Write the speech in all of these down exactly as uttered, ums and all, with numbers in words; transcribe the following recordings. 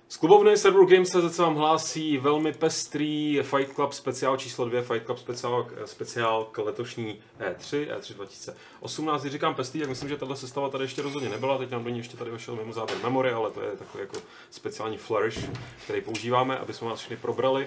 Z klubovny serveru Games tečka cé zet se vám hlásí velmi pestrý Fight Club speciál číslo dvě, Fight Club speciál, speciál k letošní E tři, E tři dva tisíce osmnáct. Když říkám pestrý, tak myslím, že tato sestava tady ještě rozhodně nebyla, teď nám do ní ještě tady vešel mimo záběr memory, ale to je takový jako speciální flourish, který používáme, aby jsme vás všechny probrali.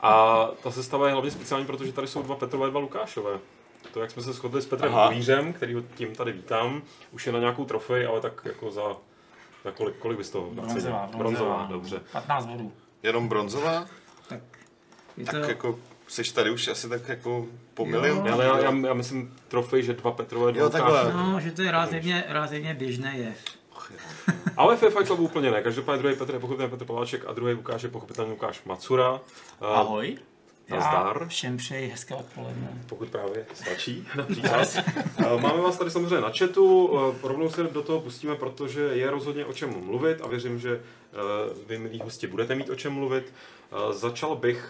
A ta sestava je hlavně speciální, protože tady jsou dva Petrové, dva Lukášové. To, jak jsme se shodli s Petrem Hulířem, který ho tím tady vítám, už je na nějakou trofej, ale tak jako za... za kolik, kolik bys toho? Bronzová, bronzová, dobře. patnáct bodů. Jenom bronzová? Tak, tak to... jako, seš tady už asi tak jako po milion? Ale já, já, já myslím trofej, že dva Petrové, dva Lukáše. No, že to je relativně, relativně běžné jev. Ale v Fight Clubu úplně ne. Každopádně druhý Petr je pochopitelně Petr Poláček a druhý Lukáš je pochopitelně Lukáš Macura. Ahoj. Nazdar. Všem přeji hezké odpoledne. Pokud právě stačí na příčas. Máme vás tady samozřejmě na chatu, rovnou se do toho pustíme, protože je rozhodně o čem mluvit a věřím, že vy, milí hosti, budete mít o čem mluvit. Začal bych,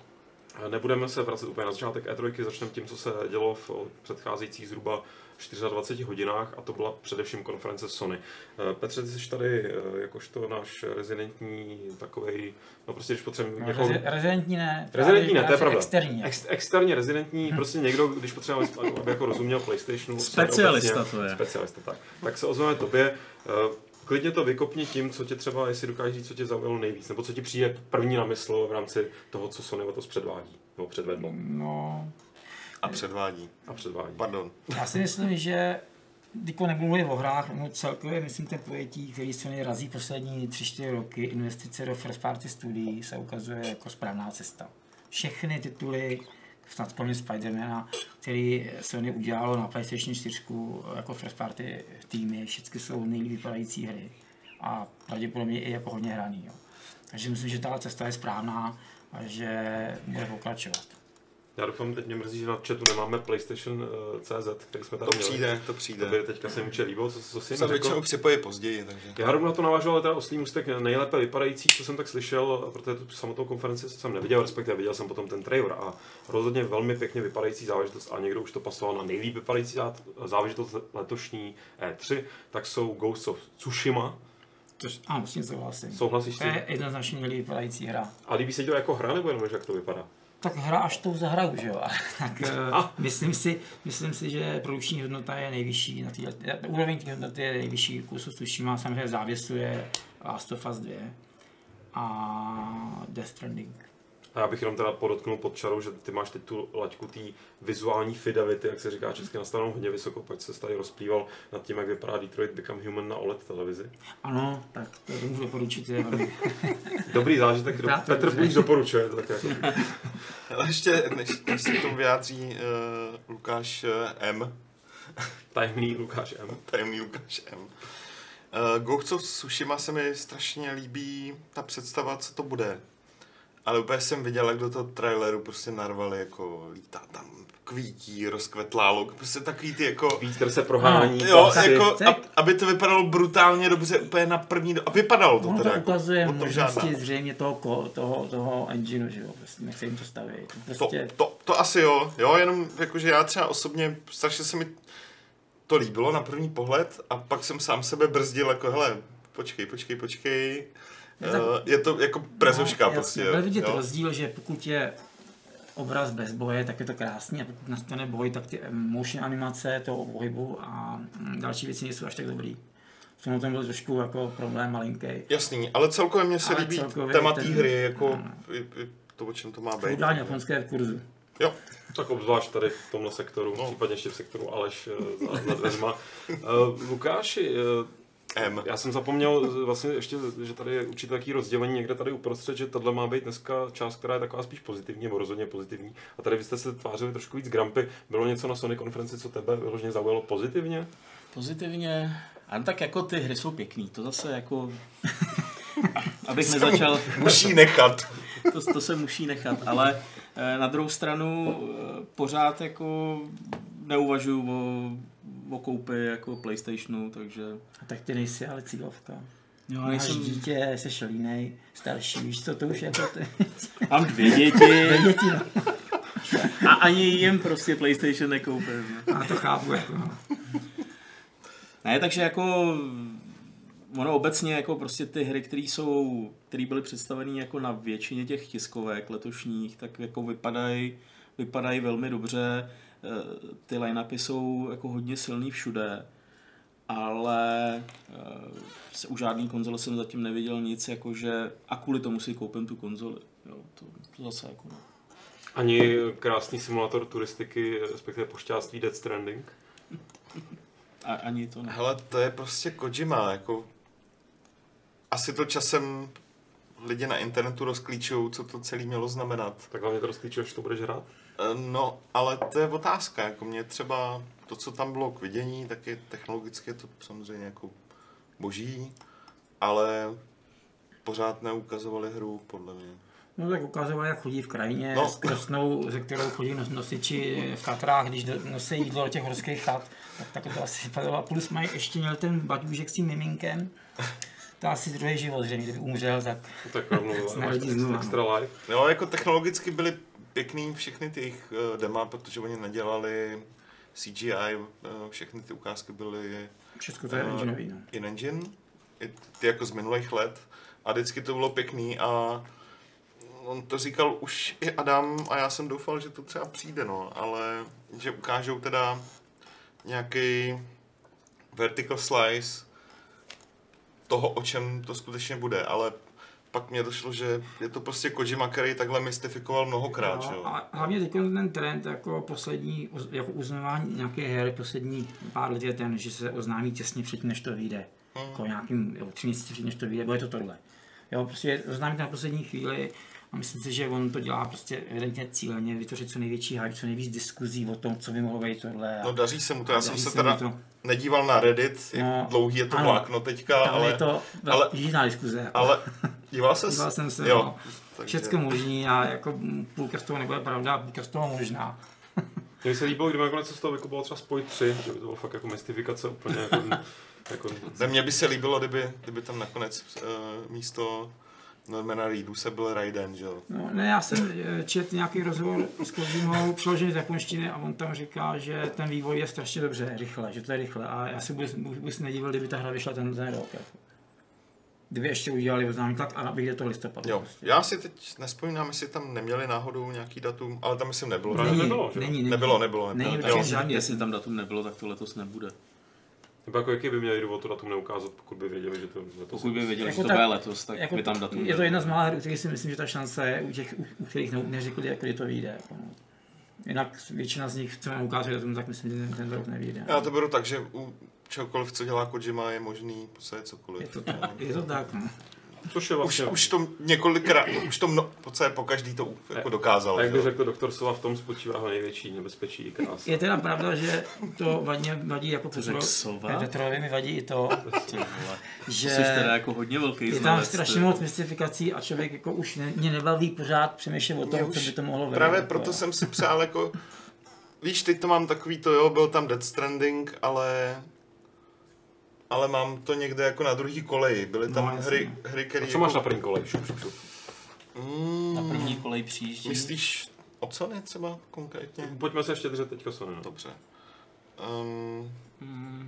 nebudeme se vracet úplně na začátek E tři, začneme tím, co se dělo v předcházejících zhruba dvaceti čtyřech hodinách, a to byla především konference Sony. Petře, ty jsi tady jakožto náš rezidentní takovej, no prostě když potřebujeme... No, jako... rezidentní ne. Rezidentní ne, to je pravda. Externí. Ex, externě rezidentní, hmm. prostě někdo, když potřebujeme, aby jako rozuměl PlayStationu. Specialista obecně, to je. Specialista, tak. Tak se ozveme tobě. Klidně to vykopni tím, co tě třeba, jestli dokážeš říct, co tě zaujalo nejvíc, nebo co ti přijde první na mysl v rámci toho, co Sony letos předvádí, nebo předvedlo. No... A předvádí. A předvádí. Pardon. Já si myslím, že když nebudu mluvit o hrách, no celkově myslím ten pojetí, který Sony razí poslední tři čtyři roky, investice do first party studií, se ukazuje jako správná cesta. Všechny tituly, snad kromě Spidermana, který Sony udělalo na PlayStation čtyři jako first party týmy, všechny jsou nejlíp vypadající hry a pravděpodobně i jako hodně hraný. Jo. Takže myslím, že ta cesta je správná a že bude pokračovat. Já doufám, teď mě mrzí, že na chatu nemáme PlayStation tečka cé zet, který jsme tady to měli. Přijde, to přijde, to by teďka se mi určitě líbilo, co, co si jim řekl. Většinou připojí později, takže... Já rovnou na to navážu, ale teda oslý můstek nejlépe vypadající, co jsem tak slyšel, protože tu samotnou konferenci jsem neviděl, respektive viděl jsem potom ten trailer a rozhodně velmi pěkně vypadající záležitost a někdo už to pasoval na nejlíp vypadající záležitost letošní E tři, tak jsou Ghost of Tsushima. Což, ano, s tím souhlasím. Souhlasíš s tím? To je jednoznačně nejlíp vypadající hra. A líbí se ti to jako hra, nebo jenom, jak to vypadá? Tak hra až tou zahraju, že jo. Tak ah. myslím, si, myslím si, že produkční hodnota je nejvyšší, na tý, úroveň té hodnoty je nejvyšší, Ghost of Tsushima samozřejmě závěsuje Last of Us dva a Death Stranding. A já bych jenom teda podotknul pod čarou, že ty máš teď tu laťku té vizuální fidelity, jak se říká česky, nastavenou hodně vysoko, pojď se tady rozplýval nad tím, jak vypadá Detroit Become Human na O L E D televizi. Ano, tak to můžu doporučit. Je dobrý zážitek, do, Petr Půjč doporučuje. To tak jako. Ale ještě, než, než se k tomu vyjádří uh, Lukáš uh, M. Tajemný Lukáš M. Tajemný Lukáš M. Uh, Ghost of Tsushima se mi strašně líbí ta představa, co to bude. Ale úplně jsem viděl, jak do toho traileru prostě narvali, jako lítá tam kvítí, rozkvetlá luk, prostě takový ty jako... Vítr se prohání. No, jo, jako, ab, aby to vypadalo brutálně dobře, úplně na první... Do... A vypadalo to ono teda. To ukazuje jako, možnosti zřejmě toho, toho, toho engineu, že jo, prostě nechce jim to stavit. Prostě... To, to, to asi jo, jo, jenom jakože já třeba osobně, strašně se mi to líbilo na první pohled a pak jsem sám sebe brzdil, jako hele, počkej, počkej, počkej. Je, tak, uh, je to jako prezoška, no, prostě. Byl vidět rozdíl, že pokud je obraz bez boje, tak je to krásný a pokud nastane boj, tak ty motion animace toho pohybu a další věci nejsou až tak dobrý. V tom byl trošku jako problém malinký. Jasný, ale celkově mně se ale líbí téma té hry, jako no, no. I, i to, o čem to má být. Feudální japonské v kurzu. Jo. Tak obzvlášť tady v tomhle sektoru, no. Případně ještě v sektoru Aleš za, za dveřma. uh, Lukáši, uh, M. Já jsem zapomněl vlastně ještě, že tady je určitě taký rozdělení někde tady uprostřed, že tohle má být dneska část, která je taková spíš pozitivní, nebo rozhodně pozitivní. A tady vy jste se tvářili trošku víc grumpy. Bylo něco na Sony konferenci, co tebe vyloženě zaujalo pozitivně? Pozitivně? Ano, tak jako ty hry jsou pěkný, to zase jako... Abych nezačal... Musí nechat. To, to se musí nechat, ale na druhou stranu pořád jako neuvažuju o, o koupi jako PlayStationu, takže... A tak ty nejsi ale cílovka. Jo, máš nejsem... dítě, jsi šelínej, starší, víš co, to už je to ty. Mám dvě děti. dvě děti, no. A ani jim prostě PlayStation nekoupím. A to chápu, jako no. Ne, takže jako ono obecně jako prostě ty hry, které jsou, které byly představeny jako na většině těch tiskovek letošních, tak jako vypadají vypadají velmi dobře, ty line-upy jsou jako hodně silný všude, ale se u žádný konzole jsem zatím neviděl nic, jakože a kvůli tomu si koupím tu konzoli. Jo, to, to zase jako no. Ani krásný simulátor turistiky, respektive pošťáctví Death Stranding? A, ani to ne. Hele, to je prostě Kojima, jako asi to časem lidi na internetu rozklíčují, co to celé mělo znamenat. Tak hlavně to rozklíčuješ, že to budeš hrát? No, ale to je otázka, jako mě třeba to, co tam bylo k vidění, tak je technologicky je to samozřejmě jako boží, ale pořád neukazovali hru, podle mě. No tak ukazovali, jak chodí v krajině no. s krosnou, ze kterou chodí nosiči v chatrách, když nosí jídlo do těch horských chat, tak, tak to asi vypadalo. A plus mají ještě měl ten baťůžek s tím miminkem. To asi druhý život, že kdyby umřel, tak tak rovnou máš extra life. No, jako technologicky byly pěkný všechny ty jejich uh, dema, protože oni nedělali C G I, uh, všechny ty ukázky byly všechno to je uh, engineový, no. in-engine, ty jako z minulých let a vždycky to bylo pěkný a on to říkal už i Adam a já jsem doufal, že to třeba přijde, no, ale že ukážou teda nějaký vertical slice toho, o čem to skutečně bude, ale pak mě došlo, že je to prostě Kojima, který takhle mystifikoval mnohokrát. No, a hlavně teď ten trend jako poslední, jako uznávání nějaké hry poslední pár let je ten, že se oznámí těsně předtím, než to vyjde. Hmm. Jako nějakým, jo, tři měsíce předtím, než to vyjde, bude to tohle. Jo, prostě oznámí na poslední chvíli a myslím si, že on to dělá prostě evidentně cíleně, vytvořit co největší hype, co nejvíc diskuzí o tom, co by mohlo být tohle. No daří se mu to, já jsem se se teda to. nedíval na Reddit, jak no, dlouhý je to ano, vlákno teďka, ale... je to ale, jiná diskuze. Jako. Ale díval ses? Díval jsem se, jo, no. Takže... Všecko možný a jako půlka z toho nebude pravda, půlka z toho možná. Mně se líbilo, kdyby nakonec z toho vykupalo třeba Spoj tři, že by to bylo fakt jako mystifikace úplně jako... jako... Mně by se líbilo, kdyby, kdyby tam nakonec uh, místo Normana Reedu se byl Raiden, že jo? No, ne, já jsem četl nějaký rozhovor s Kojimou, přeložený z japonštiny a on tam říká, že ten vývoj je strašně dobře, rychle, že to je rychle a já si bych se nedíval, kdyby ta hra vyšla ten, ten rok. Jako. Kdyby ještě udělali oznámení tak a vyjde to listopadu. Jo, prostě. Já si teď nespomínám, jestli tam neměli náhodou nějaký datum, ale tam myslím nebylo. Není, nebylo, není, není, nebylo, nebylo. Není, nebylo. není, Žádný, jestli tam datum nebylo, tak to letos nebude. Nebo jako jaký by měli důvod to datum neukázat, pokud by věděli, že to letos... Pokud by věděli, jako že to tak, bude letos, tak jako by tam datum je to jedna z mála her, u kterých si myslím, že ta šance je, u těch, u, u kterých ne, neřekli, kdy to vyjde. Jako. Jinak většina z nich, co nám ukáže datum, tak myslím, že ten, ten rok nevyjde. Já to beru tak, že u čehokoliv, co dělá Kojima, je možný posadit cokoliv. Je to tak, je to tak no. Což je vlastně... Už, už to několikrát, už to mno, po každý to jako dokázal. A jak by řekl doktor Sova, v tom spočívá ho největší nebezpečí i krása. Je teda pravda, že to vadí, vadí jako Petrovi mi vadí i to, že jsi teda jako hodně velký je tam strašně moc mystifikací a člověk jako už ne, mě nebaví pořád přemýšlet o tom, co by to mohlo být. Právě jako, proto jsem si přál jako, víš, teď to mám takový to, jo, byl tam Death Stranding, ale ale mám to někde jako na druhý koleji. Byly tam no, hry, hry, které... Co jako... máš na první koleji? Mm, na první kolej přijíždí. Myslíš od Sony třeba konkrétně? Pojďme se ještě držet teďka Sony. No. Dobře. Um, hmm.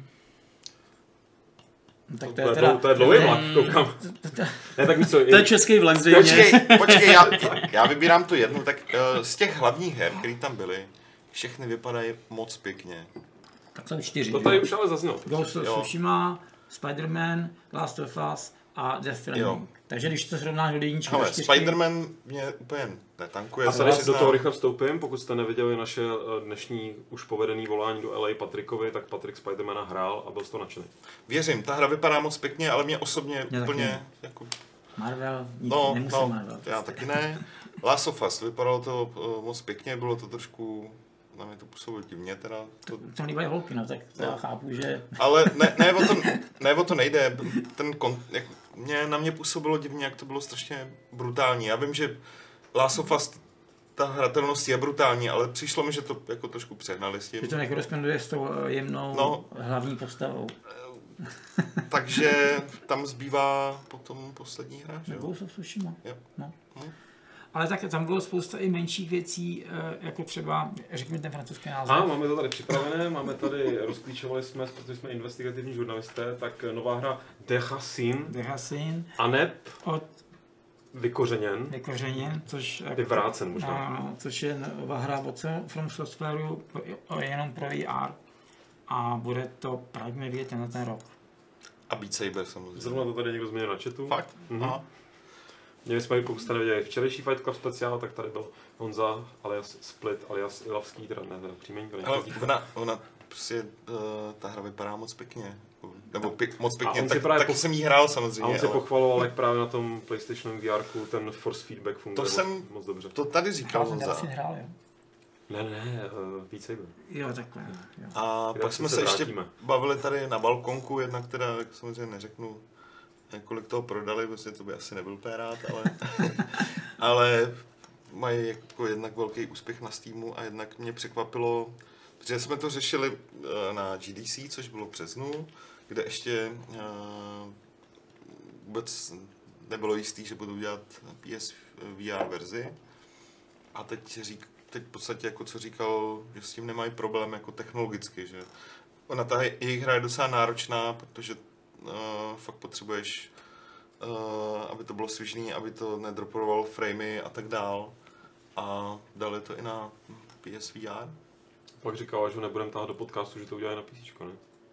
Tak to, to, je teda, to je dlouhý vlak, koukám. Ne, tak víš co, to je český vlak zřejmě. Počkej, počkej, já, já vybírám tu jednu, tak uh, z těch hlavních her, které tam byly, všechny vypadají moc pěkně. Tak jsou čtyři. To tady už ale zaznělo. Ghost of Tsushima, Spider-Man, Last of Us a Death Stranding. Takže když to srovnáš do jedničky... Ale Spider-Man mě úplně netankuje. A tady si do toho rychle vstoupím, pokud jste neviděli naše dnešní už povedený volání do L A Patrikovi, tak Patrik Spidermana hrál a byl z toho nadšený. Věřím, ta hra vypadá moc pěkně, ale mě osobně mě úplně... Jako... Marvel, no, nemusím no, Marvel. Já taky ne. Last of Us, vypadalo to uh, moc pěkně, bylo to trošku... Na mě to působilo divně teda. To, to líbají holky, no, tak no. Já chápu, že... Ale ne, ne, o to, ne o to nejde. Ten kon, jak, mě, na mě působilo divně, jak to bylo strašně brutální. Já vím, že Last of Us, ta hratelnost je brutální, ale přišlo mi, že to jako trošku přehnali s tím. Že to nekoresponduje s tou jemnou no, hlavní postavou. Takže tam zbývá potom poslední hra, že jo? Ghost of Tsushima. Jo. No. Hm. Ale tak tam bylo spousta i menších věcí, jako třeba, řekněme ten francouzský název. A máme to tady připravené, máme tady, rozklíčovali jsme, protože jsme investigativní žurnalisté, tak nová hra Dechasin. Dechasin. Aneb. Od Vykořeněn. Vykořeněn, což... Vyvrácen možná. No, což je nová hra od From Softwareu jenom pro V R. A bude to právě vidět na ten rok. A Beat Saber samozřejmě. Zrovna to tady někdo změnil na chatu. Fakt? Mhm. Aha. Měli jsme, pokud jste nevěděli, včerejší Fight Club speciál, tak tady byl Honza alias Split alias Ilavský, teda ne, teda příjmení to Ale ona, ona prostě, uh, ta hra vypadá moc pěkně. Nebo pěk, moc pěkně, tak, taky po... jsem jí hrál samozřejmě. A on se ale... pochvaloval, jak právě na tom PlayStation V R ku ten force feedback funguje to jsem, moc dobře. To tady říkal Honza. Já jsem hrál, jo. Ne, ne, uh, Beat Saber. Jo, takhle. Jo. A Kde pak jsme se, se ještě bavili tady na balkonku, jednak teda samozřejmě neřeknu, kolik toho prodali, protože to by asi nebyl úplně rád, ale, ale mají jako jednak velký úspěch na Steamu a jednak mě překvapilo, protože jsme to řešili na G D C, což bylo v březnu, kde ještě uh, vůbec nebylo jistý, že budou dělat P S V R verzi. A teď řík, teď v podstatě jako co říkal, že s tím nemají problém jako technologicky, že ona ta jejich hra je docela náročná, protože uh, fakt potřebuješ, uh, aby to bylo svižný, aby to nedropovalo framey a tak dál. A dali to i na P S V R. Pak říkala, že ho nebudeme tahat do podcastu, že to udělají na PCčko, ne?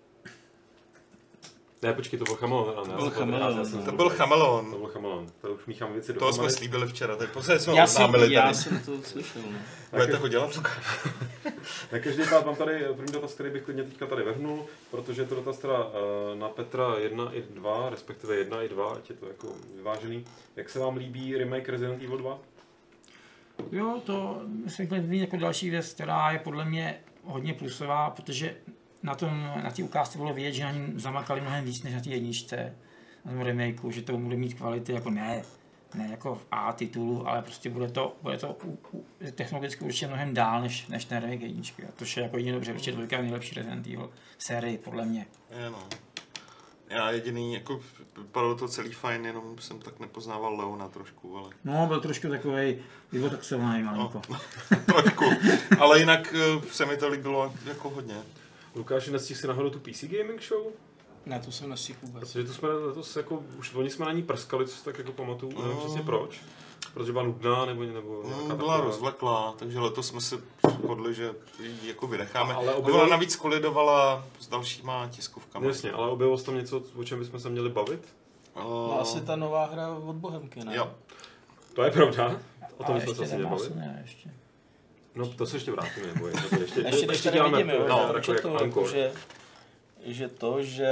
Ne, počkej, to byl Chameleon. To byl Chameleon. To byl Chameleon. To byl Chameleon. To už míchám věci do To jsme slíbili včera, teď posledně jsme já jsem, tady. Já jsem to slyšel. Ne? Budete ho dělat? Na každý pád mám tady první dotaz, který bych klidně teďka tady vrhnul, protože je to dotaz teda na Petra jedna i dva, respektive jedna i dva, ať je to jako vyvážený. Jak se vám líbí remake Resident Evil dva? Jo, to myslím, že jako další věc, která je podle mě hodně plusová, protože na tom, na té ukázce bylo vidět, že na ní zamakali mnohem víc než na té jedničce, na tom remakeu, že to bude mít kvality jako ne, ne jako v A titulu, ale prostě bude to, bude to u, u, technologicky určitě mnohem dál než, než ten remake jedničky. To je jako jedině dobře, protože dvojka je nejlepší Resident Evil sérii, podle mě. Je, no. Já jediný, jako vypadalo to celý fajn, jenom jsem tak nepoznával Leona trošku, ale... No, byl trošku takovej vyvotaxovaný malinko. No, trošku, ale jinak se mi to líbilo jako hodně. Lukáši, nestihl si náhodou tu P C Gaming Show? Ne, to jsem nestihl vůbec. Protože to jsme letos jako, už oni jsme na ní prskali, co si tak jako pamatuju, nevím no. přesně proč. Protože byla nudná, nebo, nebo no, byla rozvleklá, takže letos jsme se shodli, že ji jako vynecháme. Ale objevilo... Ona navíc kolidovala s dalšíma tiskovkami. Jasně, ale objevilo se tam něco, o čem bychom se měli bavit? Uh... No, asi ta nová hra od Bohemky, ne? Jo. To je pravda. O tom ale jsme se asi nebavili. Ještě. No, to se ještě vrátíme, nebo je, ještě, ještě, ještě, ještě děláme nevidíme, jo, no, no, jako, to, jako, že, že to, že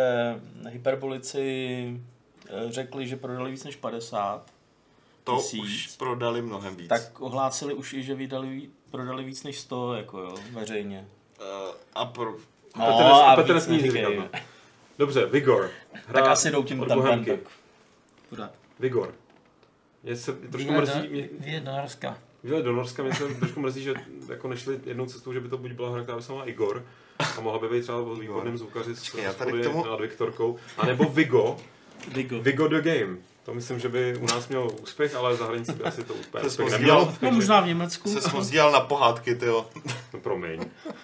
hyperbolici řekli, že prodali víc než padesát to tisíc, už prodali mnohem víc. Tak ohlásili už i, že vydali, prodali víc než sto, jako jo, veřejně. Uh, a pro... No, a Petr nesmí říkat. Dobře, Vigor. Hra tak asi jdou tím tam ten tak. Vigor. Mě se trošku mrzí... Výlet do Norska. Výlet do Norska, mě se trošku mrzí, že jako nešli jednou cestou, že by to buď byla hra, která by se jmenovala Igor, a mohla by být třeba s výborným zvukaři s tomu... nad Viktorkou, anebo Vigo. Vigo. Vigo the Game. To myslím, že by u nás mělo úspěch, ale za hranicí by asi to úplně úspěch nemělo. Takže... No možná v Německu. Se smozdělal na pohádky, tyjo. No promiň.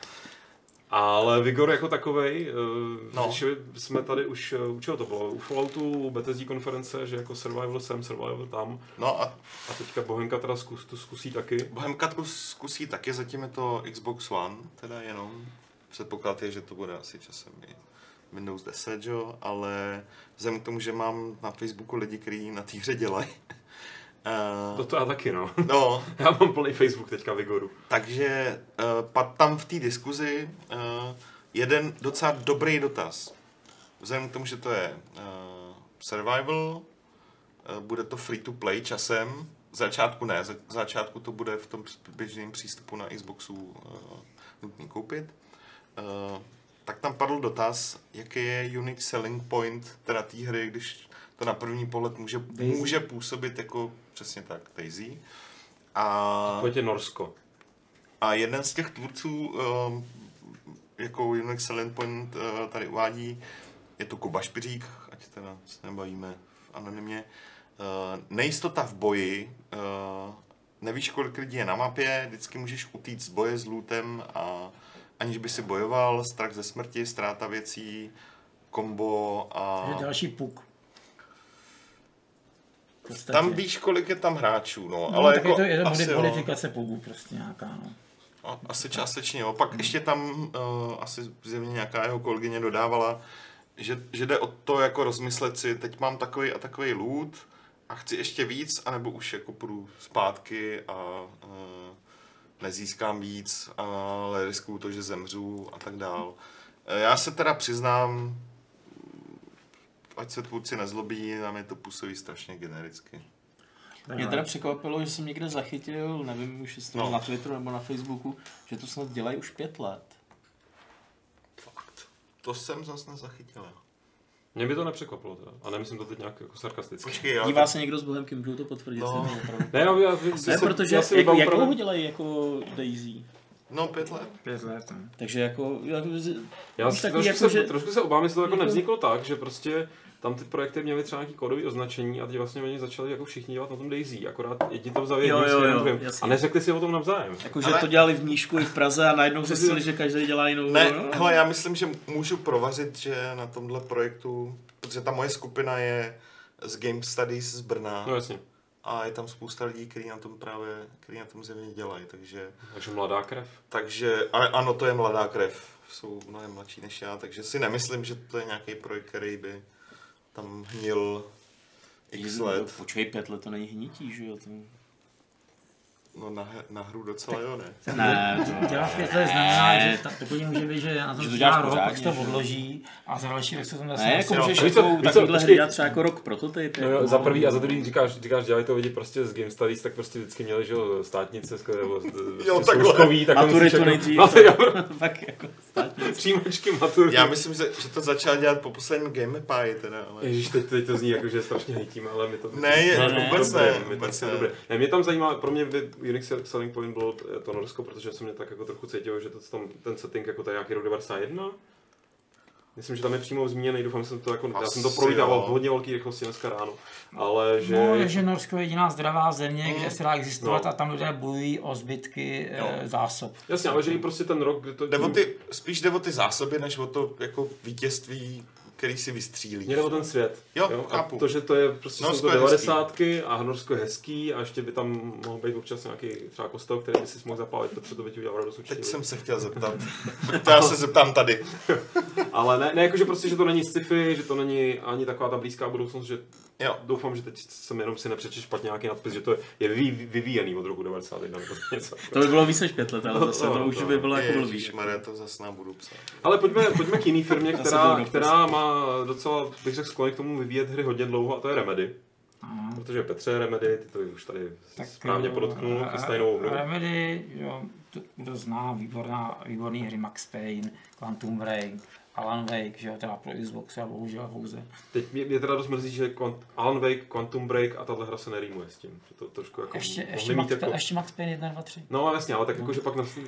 Ale Vigor jako takovej, no. řešili jsme tady už, u čeho to bylo? U Falloutu, u Bethesdy konference, že jako survival sem, survival tam. No a, a teďka Bohemka teda zkus, to zkusí taky. Bohemka to zkusí taky, zatím je to Xbox One, teda jenom. Předpoklad je, že to bude asi časem i Windows deset, jo, ale vzhledem k tomu, že mám na Facebooku lidi, kteří na té hře dělají. Uh, to to já taky, no. no. Já mám plný Facebook teďka Vigoru. Takže uh, pak tam v té diskuzi uh, jeden docela dobrý dotaz. Vzhledem k tomu, že to je uh, survival, uh, bude to free to play časem, v začátku ne, za, v začátku to bude v tom běžném přístupu na Xboxu uh, nutný koupit. Uh, tak tam padl dotaz, jaký je unique selling point teda té hry, když to na první pohled může, může působit jako přesně tak, Daisy. A to je Norsko. A jeden z těch tvůrců, um, jako unique selling point uh, tady uvádí, je to Kuba Špiřík, ať teda se nebavíme anonymně. Uh, nejistota v boji uh, nevíš, kolik lidí je na mapě, vždycky můžeš utíct z boje s lootem a aniž by si bojoval, strach ze smrti, ztráta věcí, kombo a... Je další puk. Tam víš, kolik je tam hráčů, no, no ale tak jako je to, je to asi, modifikace puku prostě nějaká, no. no. Asi částečně, jo. Pak ještě tam uh, asi zjevně nějaká jeho kolegyně dodávala, že, že jde o to jako rozmyslet si, teď mám takový a takový loot a chci ještě víc, anebo už jako půjdu zpátky a uh, nezískám víc, ale riskuju to, že zemřu a tak dál. Já se teda přiznám, ať se tvůrci nezlobí, na mě to působí strašně genericky. Mě teda překvapilo, že jsem někde zachytil, nevím už jestli no. na Twitteru nebo na Facebooku, že to snad dělají už pět let. Fakt. To jsem zase nezachytil. Mě by to nepřekvapilo teda. A nemyslím to teď nějak jako sarkasticky. Počkej, Dívá to... se někdo s Bohemky, můžu to potvrdit? No. Ne, já, já, ne, protože jak, jak, jak dlouho dělají jako Daisy? No, pět let. Pět let. Ne. Takže jako... jako já si trošku, jako, se, že... trošku se obávám, jestli to jako nevzniklo tak, že prostě tam ty projekty měly třeba nějaký kódové označení a teď vlastně oni začali jako všichni dělat na tom Daisy, akorát jedni to vzali jedním směrem druhým a neřekli si o tom navzájem. Jako, že ale... to dělali v Mníšku i v Praze a najednou zjistili, že každý dělá jinou. Ne, no? Hele, já myslím, že můžu provařit, že na tomhle projektu, protože ta moje skupina je z Game Studies z Brna. No jasně. A je tam spousta lidí, kteří na tom právě, kteří na tom zjevně dělají, takže... Takže mladá krev. Takže, ale ano, to je mladá krev, jsou mnohem mladší než já, takže si nemyslím, že to je nějaký projekt, který by tam hnil x let. Počkej, pět let to není hnití, že jo? To... No na, na hru docela jo, ne? Ne, to dělat pět let znamená, že tak to může být, že na tom to děláš rok, pořádně, pak se to odloží a za další rok se to zase... Ne, jako můžeš víš co, jako víš co, takovýhle hry dělat třeba jako rok prototyp. No, jako, za prvý a za druhý říkáš, říkáš, dělají to lidi prostě z Game Studies, tak prostě vždycky měli, že jo, státnice, nebo jo, zkouškový, tak maturitu nejdřív. Fakt jako státnice. Přijímačky maturity. Já myslím, že, že to začal dělat po posledním Game Pie teda, ale... Ježíš, teď, teď to zní jako, že strašně hejtíme, ale my to... Ne, je, ne, ne, vůbec dobré, ne, vůbec ne. Dobré. Ne, mě tam zajímá, pro mě by Unix Selling Point bylo to Norsko, protože jsem mě tak jako trochu cítil, že to tam, ten setting jako to je nějaký rok devadesát jedna. Myslím, že tam je přímo zmíněný, doufám, že jsem to jako, já jsem to prolítával v hodně velký rychlosti dneska ráno, ale že... No, že Norsko je jediná zdravá země, mm. kde se dá existovat no. a tam lidé bojují o zbytky no. e, zásob. Jasně, ale že i prostě ten rok, kdy to... Jde o ty, spíš jde o ty zásoby, než o to jako vítězství, který si vystřílíš. Mě jde o ten svět. Jo, jo? chápu. A to, že to je prostě Norsko jsou to je devadesátky a Norsko je hezký a ještě by tam mohl být občas nějaký třeba kostel, který by si mohl zapálit, protože to by ti udělal radost určitě. Teď jsem se chtěl zeptat. To já se zeptám tady. Ale ne, ne jako, že prostě, že to není sci-fi, že to není ani taková ta blízká budoucnost, že jo. Doufám, že teď jsem jenom si nepřečil špatně nějaký nadpis, že to je vyvíjený od roku devadesát jedna nebo něco. To by bylo víc než pět let, ale No, zase no, to už no. by bylo jako blbý. Ježišmarja, to zase nebudu psát. Ale pojďme, pojďme k jiný firmě, Zase která, budu která má docela, bych řekl, sklony k tomu vyvíjet hry hodně dlouho, a to je Remedy. Aha. Protože Petře Remedy, ty to už tady Tak, správně podotknul, chystají novou hru. Remedy, jo, to, kdo zná, výborná, výborný hry Max Payne, Quantum Break, Alan Wake, že jo, teda pro Xbox a bohužel pouze. Teď mě, mě teda dost mrzí, že Quant, Alan Wake, Quantum Break a tahle hra se nerýmuje s tím. Že to trošku jako Ještě, ještě, Max, jako... ještě Max Payne jedna, dva, tři. No jasně, ale tak no. Jakože pak nas,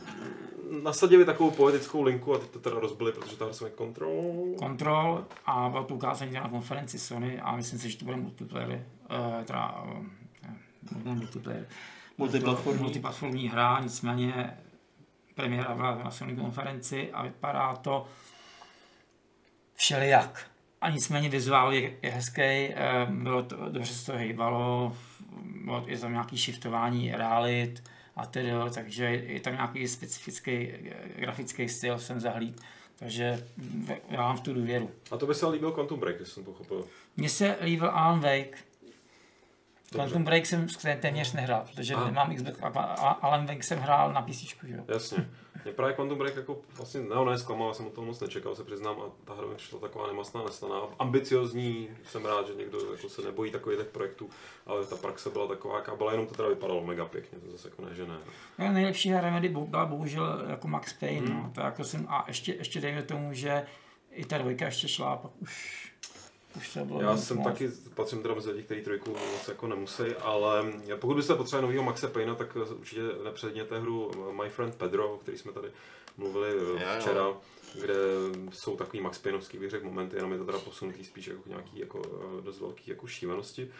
nasadili takovou poetickou linku a teď to teda rozbili, protože ta hra se jmenuje Control. Control a bylo to ukázání na konferenci Sony a myslím si, že to bude multiplayer, uh, teda uh, ne multiplayer, multiplatformní. multiplatformní hra, nicméně premiéra byla na Sony konferenci a vypadá to všelijak. A nicméně vizuál je, je hezký, bylo to, dobře se to hejbalo, bylo, je tam nějaký shiftování realit a tedy, takže je tam nějaký specifický grafický styl, jsem zahlíd, takže já mám v tu důvěru. A to by se líbil Quantum Break, jestli jsem pochopil. Mně se líbil Alan Wake. Quantum Break jsem téměř nehrál, protože Aha. nemám Xbox a Alan Wake jsem hrál na PCčku, jo. Jasně. Mě právě Quantum Break jako vlastně, ne, ne, zklamal, jsem o tom moc nečekal, se přiznám, a ta hra mi šla taková nemastná, neslaná, ambiciozní, jsem rád, že někdo jako se nebojí takových těch projektů, ale ta praxe byla taková, jaká byla, jenom to teda vypadalo mega pěkně, to zase jako ne, že ne. No, nejlepší hra Remedy byla bohužel jako Max Payne, hmm. no, to jako jsem, a ještě, ještě dejme tomu, že i ta dvojka ještě šla, pak už... Já jsem moc. Taky, patřím teda mezi lidi, kteří trojku moc jako nemusí, ale pokud byste potřebovali novýho Maxe Payna, tak určitě nepředněte hru My Friend Pedro, o který jsme tady mluvili včera, kde jsou takový Max Paynovský, bych řekl, momenty, jenom je to teda posunutý spíš jako nějaký jako dost velký jako šívanosti.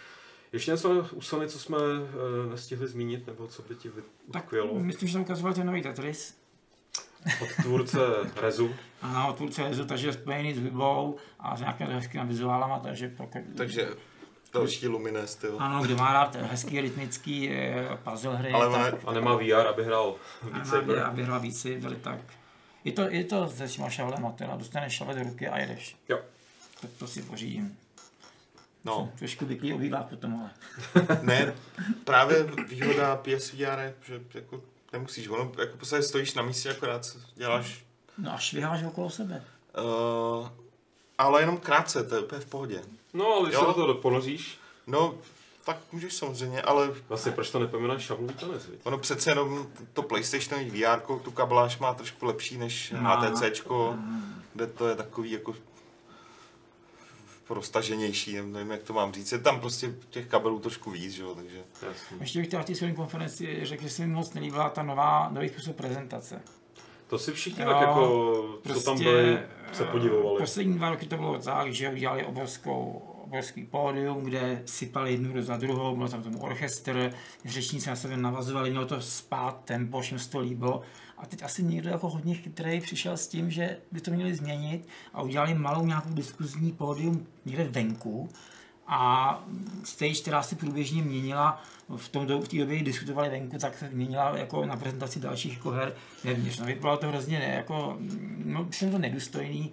Ještě něco u Sony, co jsme uh, nestihli zmínit, nebo co by ti utkvělo? Myslím, že tam ukazoval ten nový Tetris. Od tvůrce Rezu. Ano, od tvůrce Rezu, takže je spojený s hudbou a s nějakými hezkými vizuálama, takže... Pokud... Takže další Lumine styl. Ano, kdo má rád hezký rytmický puzzle hry, ale tak... A nemá V R, aby hrál Beat Saber. Aby hrál Beat Saber, tak... Je to, je to se svýma šavlema, teda dostaneš šavle do ruky a jedeš. Jo. To, to si pořídím. No. Trošku vyklý obývá potom, ale... Ne, právě výhoda P S V R je, že jako nemusíš, ono jako prostě stojíš na místě, akorát děláš... No a šviháš okolo sebe. Uh, ale jenom krátce, to je úplně v pohodě. No, ale když jo? se do toho ponoříš... No, tak můžeš samozřejmě, ale... Vlastně proč to nepomíná šavlový tanec, viď? Ono přece jenom to PlayStationový V R, tu kabláž má trošku lepší než No. HTCčko, kde to je takový jako roztaženější, nevím, jak to mám říct. Je tam prostě těch kabelů trošku víc, že jo, takže... Jasný. Ještě bych chtěl v té své konferenci řekl, že se mi moc nelíbila ta nová, nový způsob prezentace. To si všichni Jo, tak jako, co prostě, tam byli, se podivovali. Poslední dva roky to bylo tak, že udělali obrovskou, obrovský pódium, kde sypali jednu za druhou, byl tam tomu orchestr, řečníci na sebe navazovali, mělo to spát tempo, všem se to líbilo. A teď asi někdo jako hodně chytrý přišel s tím, že by to měli změnit a udělali malou nějakou diskuzní pódium někde venku. A stage, která se průběžně měnila, v, tom, v té době, kdy diskutovali venku, tak se měnila jako na prezentaci dalších jako her nevnitř. No, vypadalo to hrozně ne, jako, no, jsem to nedůstojný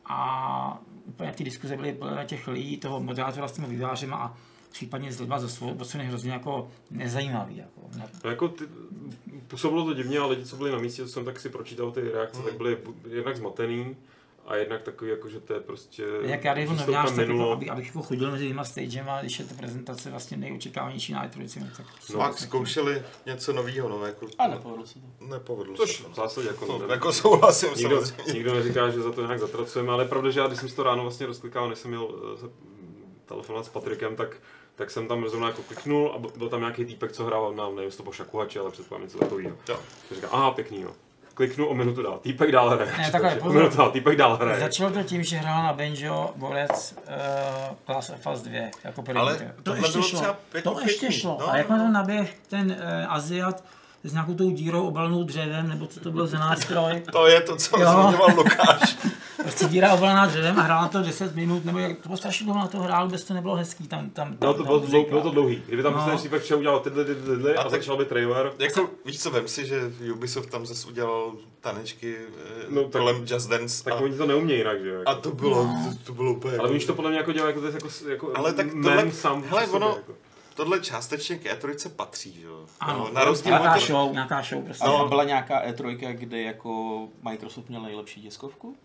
a úplně ty diskuze byly plné těch lidí, toho moderátora s těmi vývojářema a případně z lidma za svou hrozně jako nezajímavý. Jako. No jako ty, působilo to divně, a lidi, co byli na místě, co jsem tak si pročítal ty reakce, hmm. tak byly jednak zmatený, a jednak takový, jako, že to je prostě... Jak já jako novinář, tak jako, aby, abych jako chodil mezi těma stagema, když je ta prezentace vlastně nejočekávanější na E tři, tak... No, pak zkoušeli něco novýho, no, jako... A nepovedlo se to. Nepovedlo Což se to. v zásadě jako... No, ne, jako souhlasím nikdo, samozřejmě. nikdo neříká, že za to nějak zatracujeme, ale pravda, že já, když jsem si to ráno vlastně rozklikal, než jsem měl se telefonovat s Patrikem, tak tak jsem tam zrovna jako kliknul a byl tam nějaký týpek, co hrál na, nevím, to po šakuhači, ale předpokládám něco takového. Takže říkám, aha, pěkný, no. Kliknu, o minutu dál, týpek dál hraje. Ne, takhle, o minutu dál, týpek dál hraje. Začalo to tím, že hrál na banjo borec uh, Class F A S dva jako první. Ale to ještě šlo, jako to ještě pěkný, šlo. no. A jak na tom naběh ten uh, Aziat s nějakou tou dírou obalenou dřevem, nebo co to bylo za nástroj. To je to, co zmiňoval Lukáš. Prostě díra obalená dřevem a hrál na to deset minut, nebo jak, to bylo strašně dlouho na to hrál, bez to nebylo hezký tam. tam, No, tam to bylo, tam bylo, bylo to dlouhý. Kdyby tam no. prostě týpek všel udělal tyhle, tyhle, tyhle a, a začal by trailer. Jako, víš co, vem si, že Ubisoft tam zase udělal tanečky no, kolem Just Dance. Tak a, oni to neumějí jinak, že jo? A to bylo, no. to, to bylo úplně... Ale víš to podle mě jako dělá jako, jako, jako ale tak men tohle, sám hele, sobě, ono, jako. Tohle částečně k E tři patří, že jo? Ano, na rozdíl nějaká od... show, nějaká show prostě. No, a byla nějaká E tři, kde jako Microsoft měl nejlepší tiskovku?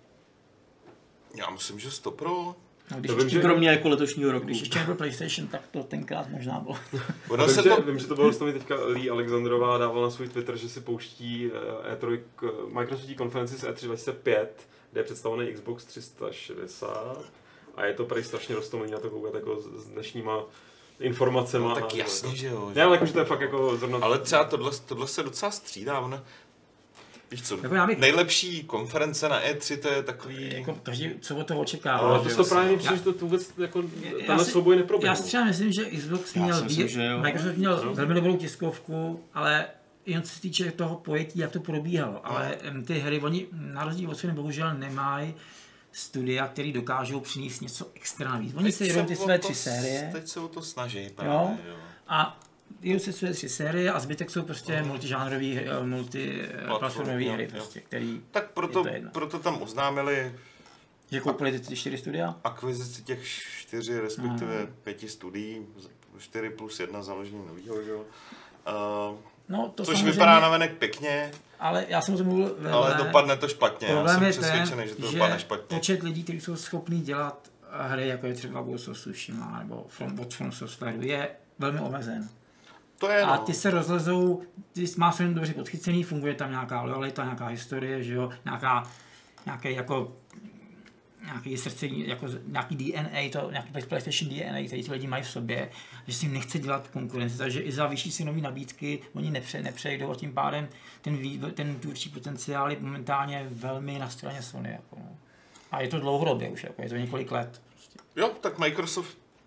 Já myslím, že sto pro. No, když vím, ještě, že... Kromě jako letošního roku. Když ještě nebyl PlayStation, tak to tenkrát možná bylo. Vím, se to... vím, že to bylo, že to mi teďka Lee Alexandrová dával na svůj Twitter, že si pouští E tři, Microsoftí konferenci z E tři dva tisíce pět, kde je představený Xbox tři sta šedesát a je to prej strašně roztomilý na to koukat jako s dnešníma informacemi. No, tak jasně, že jo. Ne, ale jakože to je fakt jako zrovna... Ale třeba tohle, tohle se docela střídá, ono... Víš co, jako bych... nejlepší konference na E tři, to je takový... Jako každý, co od toho očekává. Ale to, to právě mi přijde, že to vůbec jako tenhle souboj neproběhl. Já si třeba myslím, že Xbox já měl, myslím, vý... že jo. Microsoft měl no. velmi dobrou tiskovku, ale jen co se týče toho pojetí, jak to probíhalo. No. Ale ty hry, oni na rozdíl od Sony bohužel nemají studia, který dokážou přinést něco extra navíc. Oni se jedou ty své tři série. Teď se o to snaží. Právě, jo? Jo. A jedou se své tři série a zbytek jsou prostě no. multižánrový, multiplatformové hry, prostě, který tak proto, proto tam oznámili, že koupili ty čtyři studia? Akvizici těch čtyři, respektive hmm. pěti studií, čtyři plus jedna založení novýho, jo. Uh, no, to což samozřejmě... vypadá navenek pěkně, ale já jsem o tom mluvil ve ale dopadne to špatně, já jsem přesvědčený, ten, že to že dopadne špatně. Počet lidí, kteří jsou schopní dělat hry, jako je třeba Ghost of Tsushima nebo From, od From Software, je velmi omezen. To je, a no. ty se rozlezou, ty má se dobře podchycený, funguje tam nějaká lojalita, nějaká historie, že jo, nějaká, nějaký jako nějaký srdce, jako nějaký D N A, to, nějaký PlayStation D N A, který ty lidi mají v sobě, že si jim nechce dělat konkurenci, takže i za vyšší cenové nabídky oni nepře, nepřejdou a tím pádem ten, ten tvůrčí potenciál je momentálně velmi na straně Sony. Jako, no. A je to dlouhodobě už, jako, je to několik let. Prostě. Jo, tak Microsoft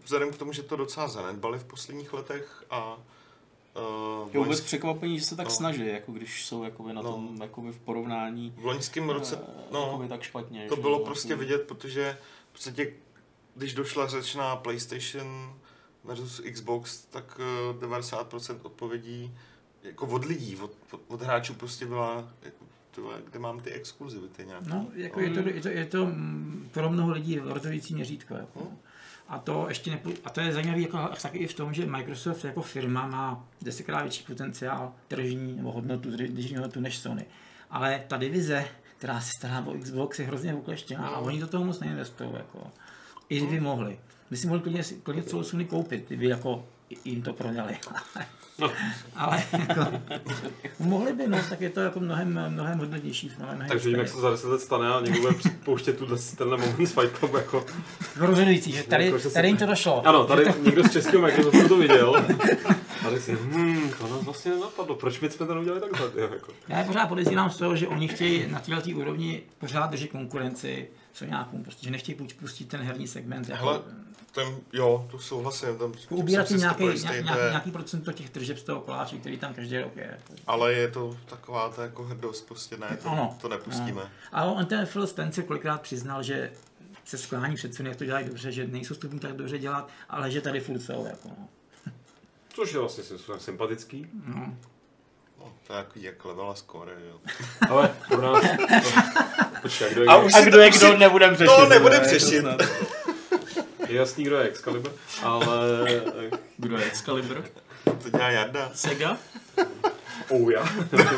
vzhledem k tomu, že to docela zanedbali v posledních letech a Uh, je vůbec překvapení, že se tak no. snaží, jako když jsou jakoby na tom no. jakoby v porovnání v loňském roce no, tak špatně. To bylo prostě jakoby... vidět, protože v podstatě, když došla řeč na PlayStation versus Xbox, tak devadesát procent odpovědí jako od lidí, od, od hráčů prostě byla, tyhle, kde mám ty exkluzivity nějaké. No, jako no. Je, to, je, to, je to pro mnoho lidí rozhodující měřítko. Jako. No. A to ještě nepů... a to je zajímavé jako taky i v tom, že Microsoft jako firma má desetkrát větší potenciál tržní nebo hodnotu, tržní hodnotu než Sony. Ale ta divize, která se stará o Xbox, je hrozně ukleštěná no. a oni do toho moc neinvestují. Jako. I kdyby no. mohli. My si mohli klidně, klidně celou Sony koupit, kdyby jako jim to prodali. No. Ale jako, mohli by, no, tak je to jako mnohem, mnohem hodnotnější. Mnohem takže vím, jak se za deset let stane a někdo bude pouštět tu tenhle moment z Fight Clubu jako... rozhodující, že tady, jako, že tady jim to došlo. Ano, tady to... někdo z českého Microsoftu to viděl a řekl si, hm, to nás vlastně nenapadlo, proč my jsme to neudělali takhle? Jako. Já pořád podezírám z toho, že oni chtějí na této úrovni pořád držet konkurenci Soňákům, prostě, že nechtějí pustit ten herní segment. Jako... Hele, ten, jo, to souhlasím. Tam, ubírat si nějaký, nějaký, nějaký procento těch tržeb z toho koláče, který tam každý rok je. Ale je to taková ta jako hrdost, prostě ne, to, ano, to nepustíme. No. Ale on ten Phil Spencer kolikrát přiznal, že se sklání před Sony, jak to dělají dobře, že nejsou schopni tak dobře dělat, ale že tady furt jsou. Jako, no. Což je vlastně sympatický. No. No, to je takový jak level score, jo. Ale pro nás... Počkej, kdo je, a, a kdo je kdo, nebudem řešit. To nebudem řešit. Je jasný, kdo je Excalibur, ale... Kdo je Excalibur? To dělá Jarda. Sega? Oh ja.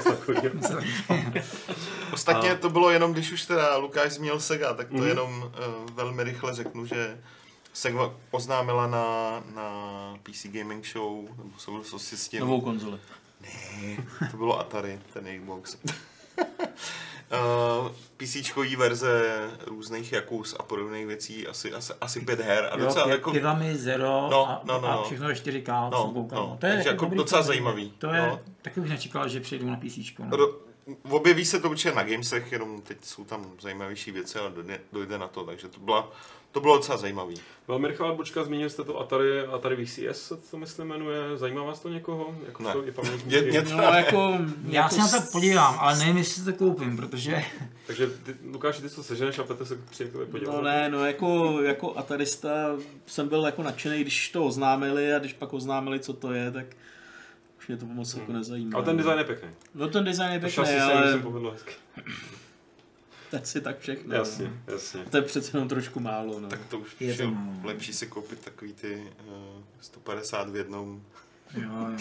Ostatně a... to bylo jenom, když už teda Lukáš zmínil Sega, tak to mm. jenom uh, velmi rychle řeknu, že Sega oznámila na, na P C Gaming Show, nebo souvislosti s tím... Novou konzoli. Ne, to bylo Atari, ten jejich box. Uh, PCčkový verze různých Yakus a podobných věcí, asi, asi, asi pět her. A docela jo, jako... Pivami, Zero no, a, no, no, a všechno je čtyři ká. No, no, to je jako, jako docela dobrý, zajímavý. To je, no. taky bych nečekal, že přejdu na PCčko. No. Ro, objeví se to určitě na Gamesech, jenom teď jsou tam zajímavější věci, ale dojde, dojde na to, takže to, byla, to bylo docela zajímavý. Velmi rychlá odbočka, zmínil jste to Atari, Atari V C S, to myslím jmenuje, zajímá vás to někoho? Jako ne. To je je, je no, jako, já jako se na to podívám, ale nevím, jestli to koupím, protože... Takže ty, Lukáši, ty to seženeš a Petr se přijde podívat. No ne, no jako, jako atarista jsem byl jako nadšený, když to oznámili a když pak oznámili, co to je, tak už mě to moc hmm. jako nezajímá. Ale ten design je pěkný. No ten design je pěkný, to ale... jsem povedl hezky. To je si tak všechno. Jasně, no. jasně. To je přece jenom trošku málo, no. Tak to už je to lepší si koupit takový ty uh, sto padesát v jednom. Jo, jo.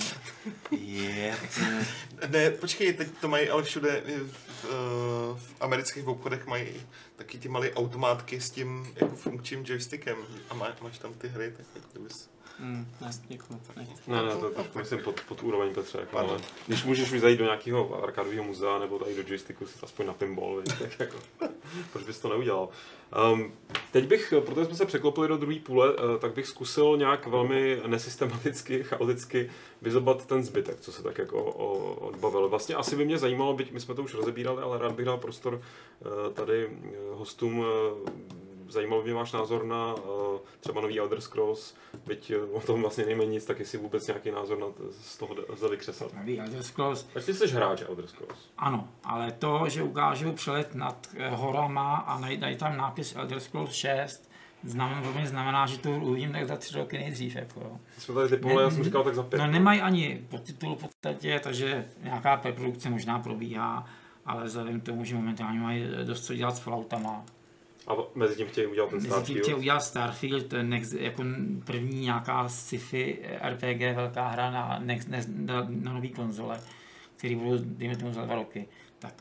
Yeah. Ne, počkej, teď to mají ale všude, v, uh, v amerických obchodech mají taky ty malé automátky s tím jako funkčním joystickem a má, máš tam ty hry, tak jako bys... Mm, děkuji. Ne, ne, to trošku myslím pod, pod úroveň Petře, jako, ale když můžeš zajít do nějakého arkádového muzea nebo tady do joysticku, si aspoň na pinball, víc, tak jako, proč bys to neudělal. Um, teď bych, protože jsme se překlopili do druhé půle, uh, tak bych zkusil nějak velmi nesystematicky, chaoticky vyzobat ten zbytek, co se tak jako odbavilo. Vlastně asi by mě zajímalo, byť my jsme to už rozebírali, ale rád bych dal prostor uh, tady hostům. Uh, Zajímal mě váš názor na uh, třeba nový Elder Scrolls, byť uh, o tom vlastně nejme nic, tak jestli vůbec nějaký názor na t- z toho zde vykřesat. Nový Elder Scrolls. Takže ty jsi hráč Elder Scrolls. Ano, ale to, že ukážu přelet nad horama a dají tam nápis Elder Scrolls šest, znamená, znamená, že to uvidím tak za tři roky nejdřív. Jako. Jsme tady typovali, já jsem říkal tak za pět. No nemají ani podtitul v podstatě, takže nějaká preprodukce možná probíhá, ale vzhledem k tomu, že momentálně mají dost co dělat s Falloutama. A mezi tím chtějí udělat ten Starfield? Mezi tím chtějí udělat Starfield, next, jako první nějaká sci-fi R P G, velká hra na, next, na, na, na nový konzole, který budou, dejme tomu, za dva roky. Tak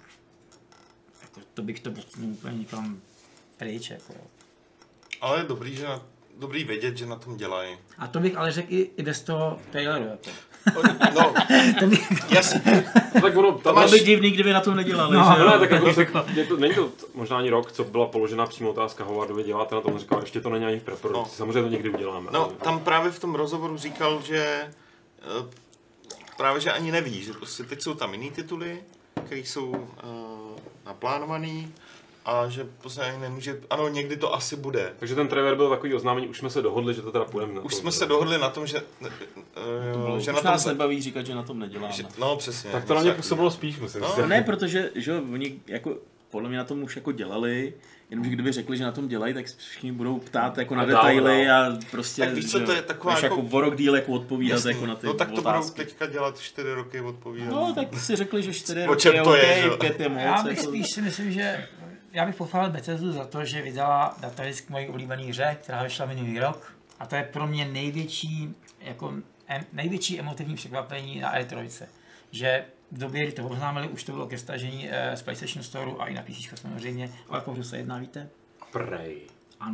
jako, to bych to posunul úplně někam pryč. Jako. Ale je dobrý, že na, dobrý vědět, že na tom dělají. A to bych ale řekl i, i bez toho traileru. Jako. No, jasně. Tak ono, to máš... by divný, kdyby na tom nedělali. No, že? No, tak jako se, je to, není to možná ani rok, co byla položena přímo otázka Howardovi, děláte na tom, říkal, ještě to není ani v preprodukci, no. Samozřejmě to někdy uděláme. No, ale... tam právě v tom rozhovoru říkal, že uh, právě, že ani neví, že prostě teď jsou tam jiný tituly, které jsou uh, naplánovaný a že prostě ani nemůže, ano, někdy to asi bude. Takže ten trailer byl takový oznámení, už jsme se dohodli, že to teda půjdeme na to. Už jsme se dohodli na tom, že, uh, bylo, že už na tom nás nebaví říkat, že na tom neděláme. Že, no přesně. Tak to na mě působilo spíš, musím No, říct. Ne, protože že oni jako podle mě na tom už jako dělali, jenomže kdyby řekli, že na tom dělají, tak všichni budou ptát jako na A dál, detaily dál. a prostě, Tak víš co, to je taková jako, jako- jako o rok díl jako odpovídat Jasný. jako na ty No tak to budou otázky. teďka dělat čtyři roky odpovídat. No, tak si řekli, že čtyři O roky čem je to je, OK, že jo? pět je moc. Já bych jako- spíš si myslím, že já bych pochválil Bethesdu za to, že vydala datadisk mojí oblíbené hře, která vyšla minulý rok. A to je pro mě největší, jako, em, největší emotivní překvapení na E tři. Že v době, kdy to oznámili, už to bylo ke stažení eh, z PlayStation Store a i na P C samozřejmě. O jakou hru se jedná, víte? Prej. Ano.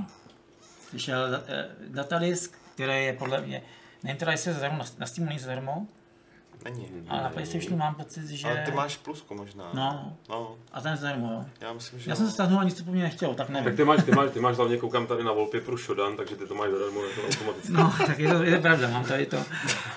Vyšel eh, datadisk, který je podle mě, nevím teda, jestli je zadarmo, na, na Steamu není zadarmo, Není. ale na PlayStationu mám pocit, že... Ale ty máš plusku možná. No, No, a ten je zadarmo, jo. já myslím, že Já jsem jo. se stáhnul a nic to po mně nechtělo, tak Tak nevím. ty máš, ty máš, ty máš hlavně, koukám tady na wallpaperu Shodan, takže ty to máš zadarmo jako automaticky. No, tak je to, je to pravda, mám tady to.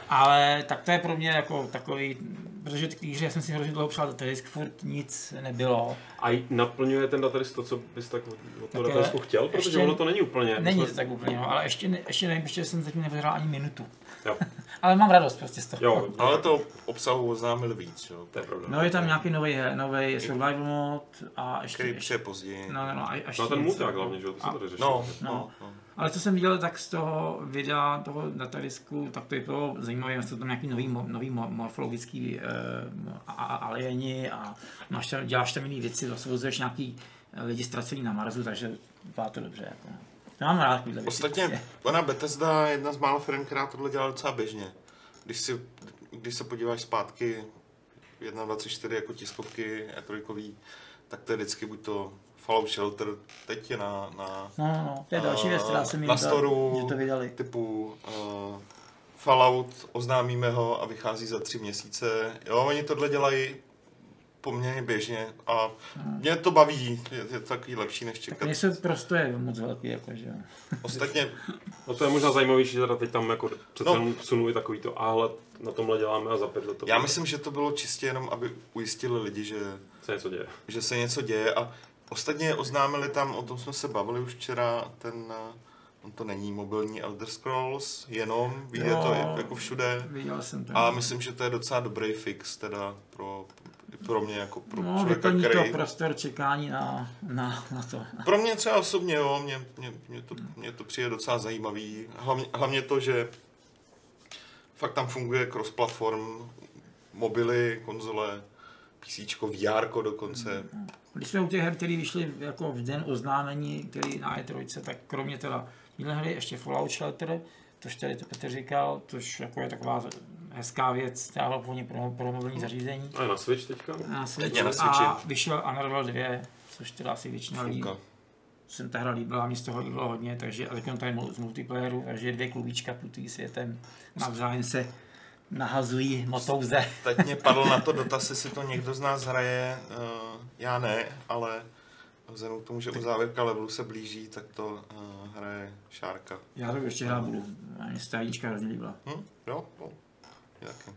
Ale tak to je pro mě jako takový, protože k té hře já jsem si hrozně dlouho přál datadisk, furt nic nebylo. A i naplňuje ten datadisk to, co bys tak od toho Tak datadisku chtěl, protože ještě- ono to není úplně. Není my to jsme- tak úplně, no, ale ještě, ne, ještě nevím, protože jsem zatím nevyhrál ani minutu. Jo, Ale mám radost prostě z toho. jo, Ale to obsahu oznámili víc, jo. to je pravda. No je tam nějaký nový, nový survival mod a ještě, Který ještě přijde později. no, no, no, a, ještě No ten něco. mulťák hlavně, že jo, to se A- tady řešil. No, No. no, no. Ale co jsem viděl, tak z toho videa, toho datadisku, tak to je bylo zajímavé, jsou tam nějaký nový, mo- nový mo- morfologický eh, a, a, alieni a máš tam, děláš tam jiné věci, osvobozuješ nějaký eh, lidi ztracený na Marsu, takže vypadá to dobře. Jako. Já mám rád takovýhle věci. Ostatně, prostě. ona Bethesda je jedna z málo firm, která tohle dělá docela běžně. Když, si, když se podíváš zpátky jedna dvacet čtyři jako tiskovky E tři, tak to je vždycky buď to Fallout Shelter, teď je na, na, No, no, no, to je další věc, která se mi na líbila, storu že to vydali. typu uh, Fallout, oznámíme ho a vychází za tři měsíce. Jo, oni tohle dělají poměrně běžně a mě to baví, je, je to takový lepší než Tak čekat. mně se prostě je moc velký, jako, že jo. Ostatně, No to je možná zajímavější, že teda teď tam jako přece No. jenom vsunuli takový to, a hele, na tomhle děláme a za pět let to já bude. myslím, že to bylo čistě jenom, aby ujistili lidi, že se něco děje. že se něco děje a ostatně oznámili tam, o tom jsme se bavili už včera, ten, eh, on to není mobilní Elder Scrolls, jenom, vyjde to Jo. jako všude Viděl jsem to. a myslím, že to je docela dobrý fix teda pro, pro mě jako pro No, člověka, vyplní to který... prostor čekání na, na, na to. Pro mě třeba osobně, jo, mě, mě, mě, to, mě to přijde docela zajímavý, hlavně, hlavně to, že fakt tam funguje cross-platform, mobily, konzole, PCčko, V R dokonce. Když jsme u těch her, které vyšly jako v den oznámení, který na E tři, tak kromě teda téhle hry ještě Fallout Shelter, tož tady to Petr říkal, což jako je taková hezká věc, která hlavně pro, pro mobilní zařízení. A je na Switch teďka? Na Switch, Teď na Switchi. a vyšel Unravel dva, což teda asi většina lidí Fuka. se ta hra líbila, mě z toho líbilo hodně, takže a teď tady z multiplayeru, takže dvě klubíčka putují světem, navzájem se nahazují motouze. Teď mě padl na to dotaz, jestli to někdo z nás hraje, uh, já ne, ale vzhledem k tomu, že u závěrka levelu se blíží, tak to uh, hraje Šárka. Já to ještě hrát budu, mě se ta jednička hrozně líbila. Hm? Jo, jo. Taky.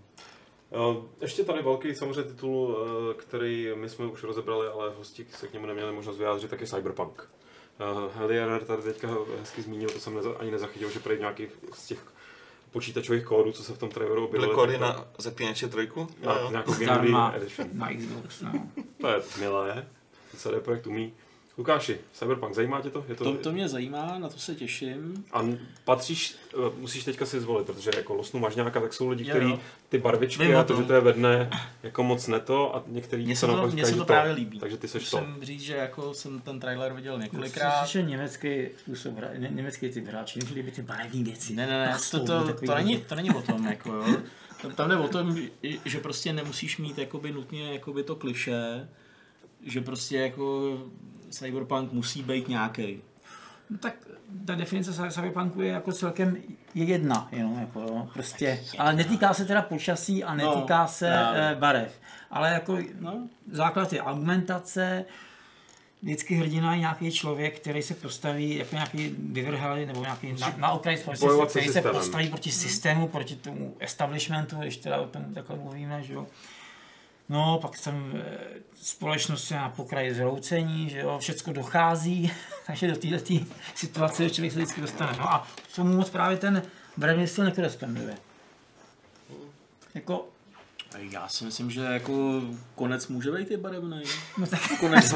Uh, Ještě tady velký samozřejmě titul, uh, který my jsme už rozebrali, ale hosti se k němu neměli možnost vyjádřit, tak je Cyberpunk. Uh, Helier tady teďka hezky zmínil, to jsem neza, ani nezachytil, že prý nějaký z těch počítačových kódů, co se v tom traileru objevily. Byly kódy tak to- na zapínače trojku? na, Jo. nějakou Game Zdarma Boy Edition. na Xbox, no. To je milé, to C D Projekt umí. Lukáši, Cyberpunk, zajímá tě to? Je to, To, to mě zajímá, na to se těším. A patříš, uh, musíš teďka si zvolit, protože jako Losnu Mažňáka, tak jsou lidi, Jo, kteří jo. ty barvičky Vím o a to, tom. že to je ve dne, jako moc neto a některý Mně se se to, naopak mně říkají, se že to právě líbí. Takže ty seš to. Musím říct, že jako jsem ten trailer viděl Kolikrát? několikrát. Což je německý způsob, hra, ně, německý typ hráčů, jim líbí ty barevné věci. Ne, ne, ne, to, to, to, není, to není o tom, jako jo. Tam, tam jde o tom, že- že prostě nemusíš mít jakoby nutně jakoby to klišé, že prostě jako Cyberpunk musí být nějaký. No tak ta definice cyberpunku je jako celkem je jedna, jenom jako jo, prostě, ale netýká se teda počasí a netýká No, se právě. eh, barev, ale jako No, základ je argumentace, vždycky hrdina je nějaký člověk, který se postaví jako nějaký vyvrhalý nebo nějaký na, na okraji společnosti, bojovat se který se systémem. postaví proti systému, proti tomu establishmentu, když teda o tom takhle mluvíme, že jo. No, pak tam společnost je na pokraji zhroucení, že jo, všecko dochází, takže do této situace člověk se vždycky dostane. No a k tomu moc právě ten barevný styl nekoresponduje. Jako... Já si myslím, že jako konec může být i barevný. No tak... Konec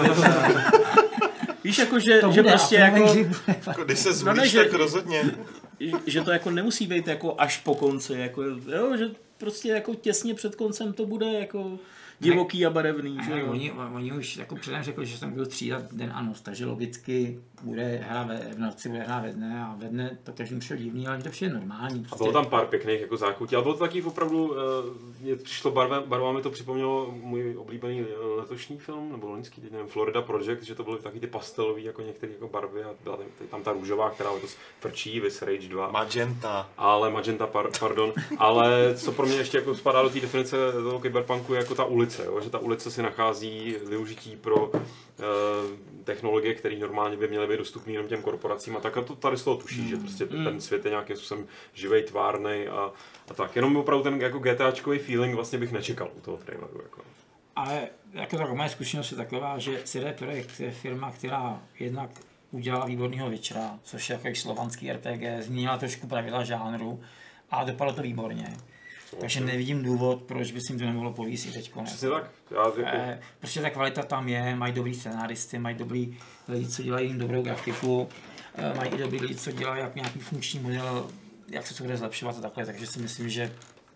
víš, jako, že, že prostě jako... jako... Když se zvolíš, no ne, tak že, rozhodně. Že to jako nemusí být jako až po konci, jako, jo, že prostě jako těsně před koncem to bude jako divoký a barevný. Že ne, oni, oni už jako předem řekli, že jsem byl třídat den a noc, takže logicky bude hrát ve, v noci, bude hrát ve dne a ve dne to každým přišel divný, ale to vše je normální. Prostě. A bylo tam pár pěkných jako zákoutí, ale bylo to taky opravdu, mě přišlo barvem, barvami to připomnělo můj oblíbený letošní film, nebo loňský, teď nevím, Florida Project, že to byly taky ty pastelový jako některé jako barvy a byla tam, tam ta růžová, která to frčí, Vis Rage dva. Magenta. Ale Magenta, par, pardon, ale co pro mě ještě jako spadá do té definice toho cyberpunku je jako ta ulice, jo? Že ta ulice si nachází využití pro uh, technologie, které normálně by měly být dostupné jenom těm korporacím a tak a to tady z toho tuší, mm. že prostě mm. ten svět je nějakým způsobem živej, tvárnej a, a tak. Jenom opravdu ten jako GTAčkový feeling vlastně bych nečekal u toho traileru. Jako. Ale jako tak moje zkušenost je taková, že C D Projekt je firma, která jednak udělala výborného Witchera, což je jako slovanský R P G, změnila trošku pravidla žánru a dopadlo to výborně. Takže nevidím důvod, proč by si jim to nemohlo povísit teďko. Přesně tak. Já, jako... e, prostě ta kvalita tam je, mají dobrý scenáristy, mají dobrý lidi, co dělají jim dobrou grafiku, e, mají i dobrý lidi, co dělají jak nějaký funkční model, jak se to bude zlepšovat a takhle, takže si myslím, že...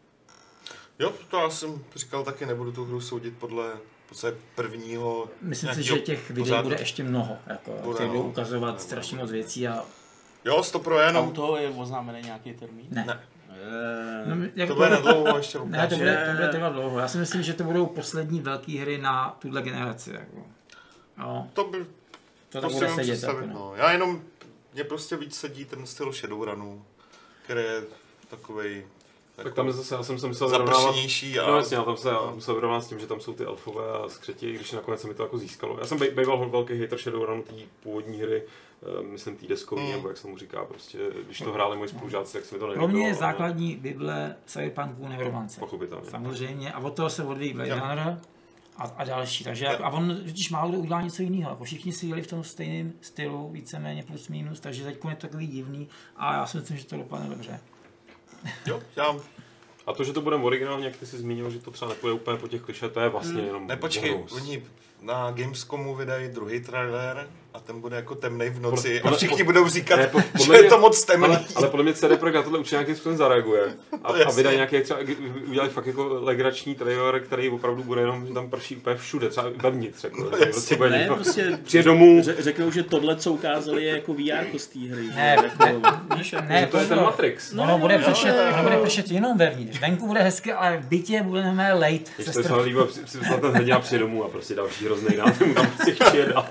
Jo, to já jsem říkal taky, nebudu tu hru soudit podle podle prvního... Myslím si, že těch videí bude ještě mnoho, jako, bude, které budou no. ukazovat no, strašně moc věcí a... Jo, sto pro jenom... A u toho je oznámený nějaký termín? Ne. ne. No, to bude na dlouho ještě ukáže. Ne, to bude, to bude trvat dlouho. Já si myslím, že to budou poslední velké hry na tuhle generaci. Jako. No. To by... To, to bude sedět. Jako, no. No. Já jenom... Mně prostě víc sedí ten styl Shadowrunu, který je takovej... Tak tam zase, já jsem se musel zapršenější a... No jasně, já tam se já musel vyrovnat s tím, že tam jsou ty elfové a skřeti, když nakonec se mi to jako získalo. Já jsem býval velký hater Shadowrunu té původní hry, myslím tý deskový, mm. nebo jak se mu říká, prostě, když to hráli moji spolužáci, tak se mi to nelíbilo. Pro mě je základní bible cyberpunku Neuromance. Pochopitelně. Samozřejmě, a od toho se odvíjí Blade Runner a, a další, takže jako, a on totiž málo kdo udělá něco jiného, jako všichni si jeli v tom stejném stylu, víceméně plus minus, takže teď je to takový divný a já si myslím, že to dopadne dobře. Jo, já... A to, že to bude originálně, jak ty jsi zmínil, že to třeba nepůjde úplně po těch klišé, to je vlastně jenom ne, počkej, oni na Gamescomu vydají druhý trailer a ten bude jako temnej v noci podle, a všichni budou říkat, ne, po, že mě, je to moc temný. Ale, ale podle mě C D Projekt na tohle určitě nějakým způsobem zareaguje a, a vydají nějaký třeba, udělají fakt jako legrační trailer, který opravdu bude jenom, že tam prší úplně všude, třeba vevnitř. Jako, no, prostě ne, někdo, prostě přijde domů. Řeknou, že tohle, co ukázali, je jako V R z té hry. Ne, jako, víš, ne, to je ten Matrix. No, no, bude pršet, no, bude pršet jenom vevnitř. Venku bude hezky, ale v bytě budeme lejt. Když to se mi líbilo, ten hrdina přijde domů a prostě další hrozný nátem, tam si chtěje dál.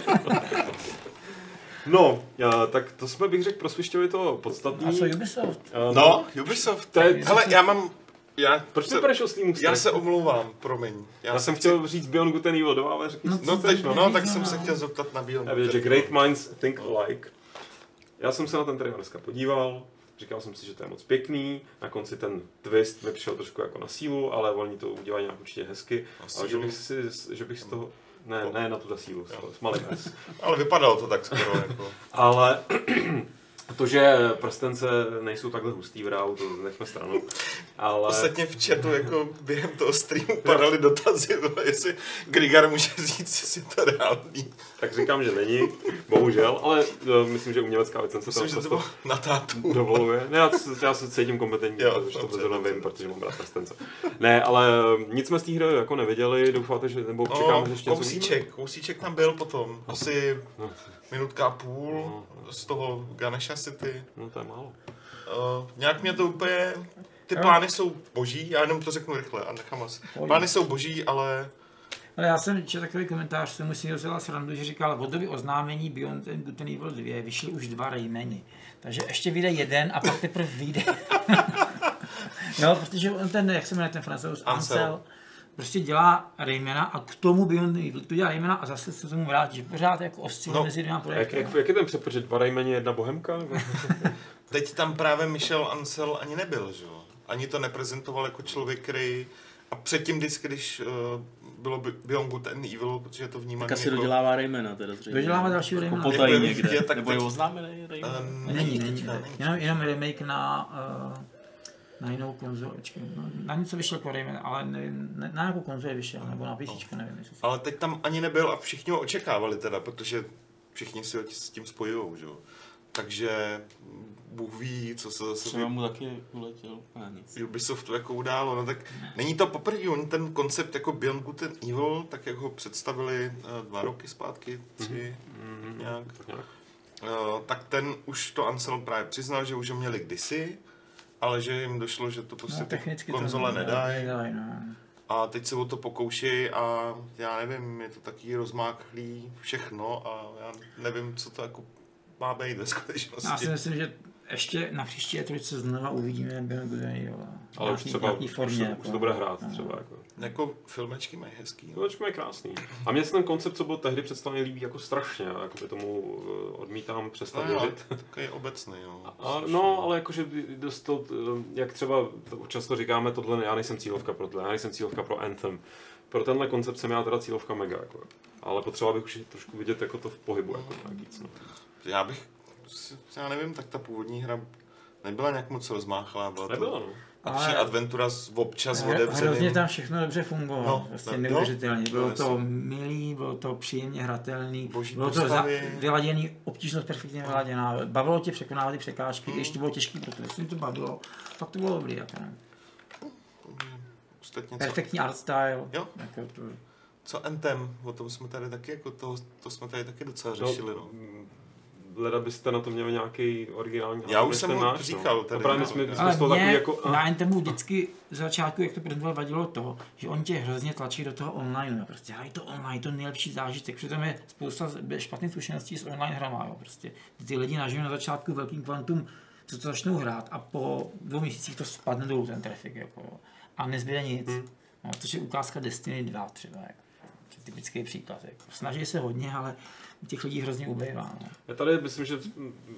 No, já, tak to jsme, bych řekl, prosvišťovali to podstatný. A co Ubisoft? Uh, no, Ubisoft. To je, hele, já mám... Já, Proč se bereš oslý můstek? Já se omlouvám, promiň. Já, já jsem chtěl říct Beyond Good and Evil dva, ale řekni no, no, teď, no, no, tak jsem se chtěl zeptat na Beyond Good. Že Great Minds Think Alike. Já jsem se na ten trailer dneska podíval, říkal jsem si, že to je moc pěkný, na konci ten twist mi přišel trošku jako na sílu, ale oni to udělají nějak určitě hezky. Ale že bych si, že bych z toho... Ne, ne na tuto sílu, smalý pes. Ale vypadalo to tak skoro jako. Ale to, že prstence nejsou takhle hustý v ráu, to nechme stranou. Ale... Ostatně v chatu jako během toho streamu padaly dotazy, jestli Grigar může říct, jestli je to reálný. Tak říkám, že není, bohužel, ale uh, myslím, že umělecká licence to prostě na tátu dovoluje. Ne, já, já se cítím kompetentní, jo, protože to bezhodně vím, protože mám rád prstence. Ne, ale nic jsme z té hry jako neviděli, doufáte, že nebo čekáme, no, že ještě kousíček, kousíček tam byl potom, asi no. minutka a půl no, no. z toho Ganesha City. No to je málo. Uh, nějak mě to úplně, ty plány jsou boží, já jenom to řeknu rychle a nechám vás. Plány jsou boží, ale... Ale já jsem četl takový komentář, jsem musím docela srandu, že říkal, od doby oznámení Beyond Good and Evil dva vyšly už dva Raymany. Takže ještě vyjde jeden a pak teprve vyjde. Jo, protože on ten, jak se jmenuje ten Francouz, Ansel, prostě dělá Raymana a k tomu Beyond Evil to dělá Raymana a zase se tomu vrátí, že pořád jako osciluje no, mezi dvěma projekty. Jak, jak, jak je ten přepočet? Dva Raymani, jedna Bohemka? Teď tam právě Michel Ancel ani nebyl, že jo? Ani to neprezentoval jako člověk, který A předtím vždycky, když uh, bylo Beyond Good and Evil, protože to vnímám. Tak asi jako... dodělává Raymana teda zřejmě. Dodělává dalšího Raymana. Potají někde. Tak nebo je oznámený Rayman? Uh, není, není. není. Jenom, jenom remake na, uh, na jinou konzoli. No, na něco vyšel jako Rayman, ale nevím, ne, na jakou konzoli vyšel, nebo na píšičku, nevím. Jestli ale teď tam ani nebyl a všichni ho očekávali teda, protože všichni si ho s tím spojujou, že jo. Takže Bůh ví, co se zase... Třeba mu taky uletěl, a nic. Ubisoft to jako událo, no tak není to poprvé, oni ten koncept jako Beyond Good and Evil, tak jak ho představili uh, dva roky zpátky, tři, mm-hmm. nějak, uh, tak ten už to Anselm právě přiznal, že už ho měli kdysi, ale že jim došlo, že to prostě no, konzole to nedají. nedaj, no. A teď se o to pokoušejí a já nevím, je to taky rozmáklý všechno a já nevím, co to jako má být ve skutečnosti. Já si myslím, že ještě na příští E tři znova uvidíme Beyond Good and Evil. Ale už třeba formě, už, jako, už to bude hrát no. třeba jako. Jako filmečky mají hezký. No. Filmečky mají krásný. A mně se ten koncept, co byl tehdy představený, líbí jako strašně. Jako by tomu odmítám přestat no, věřit. Takový obecný, jo. A, no, ale jakože dost to, jak třeba často říkáme, tohle já nejsem cílovka pro tohle, já nejsem cílovka pro Anthem. Pro tenhle koncept jsem já teda cílovka mega, jako. Ale potřeboval bych už trošku vidět jako to v pohybu, jako tak víc. No. Já bych, já nevím, tak ta původní hra nebyla nějak moc rozmáchlá, byla Nebyla, to no. ale adventura s občas Hro, otevřeným. Hrozně tam všechno dobře fungovalo, no, prostě no, neuvěřitelně. Bylo no, to milý, bylo to příjemně hratelný, Boží bylo to za, postavy. vyladěný, obtížnost perfektně vyladěná, bavilo tě překonávat ty překážky, mm. ještě bylo těžký, protože mi to bavilo, fakt to bylo dobrý. Jako, ne? Ostatně perfektní art style. Jo. Jako to... Co Anthem, o tom jsme tady taky, jako to, to jsme tady taky docela řešili. No. Leda byste na to měli nějaký originální. Já už jsem mu říkal no. tady. Právě No, jsme, no. jsme z toho takový jako... Na Anthemu vždycky z začátku, jak to prezentovali, vadilo to, že oni tě hrozně tlačí do toho online. Prostě hrají to online, to nejlepší zážitek. Přitom je spousta špatných zkušeností s online hrama. Jo, prostě. Ty lidi nažijí na začátku velkým kvantum, co to začnou hrát a po dvou měsících to spadne dolů ten trafik. Jako, a nezbyde nic. Hmm. No, to je ukázka Destiny dva třeba. Jako. Typický příklad. Jako. Snaží se hodně, ale těch lidí hrozně ubejvá. No. Já tady myslím, že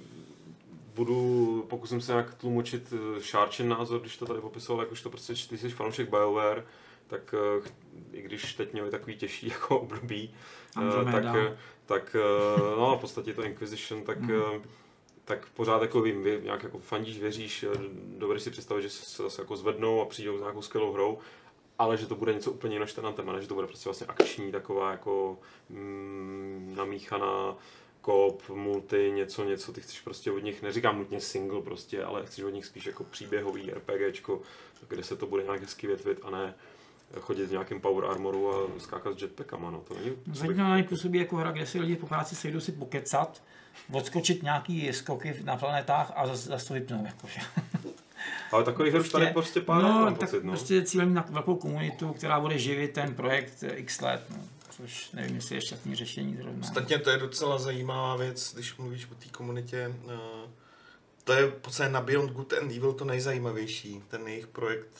budu, pokusím se nějak tlumočit Šárčin názor, když to tady popisoval, jakož to prostě, ty jsi fanoušek BioWare, tak i když teď měli takový těžší jako období, tak, tak no v podstatě to Inquisition, tak, mm. tak pořád jako vím, nějak jako fandíš, věříš, dovedeš si představit, že se zase jako zvednou a přijdou s nějakou skvělou hrou, ale že to bude něco úplně jiného než ten Anthem, ne? Že to bude prostě vlastně akční, taková jako mm, namíchaná koop, multi, něco, něco, ty chceš prostě od nich, neříkám nutně single prostě, ale chceš od nich spíš jako příběhový RPGčko, kde se to bude nějak hezky větvit a ne chodit v nějakém power armoru a skákat s jetpackama, no to není... Zajímavý působí jako hra, kde si lidi po práci sejdou si pokecat, odskočit nějaký skoky na planetách a zase to vypnou, jakože. Ale takových her už tady prostě pár no, mám tak pocit, no. Prostě cílím na velkou komunitu, která bude živit ten projekt x let, no. Což nevím, jestli je šťastný řešení zrovna. Ostatně to je docela zajímavá věc, když mluvíš o té komunitě. To je v podstatě na Beyond Good and Evil to nejzajímavější, ten jejich projekt,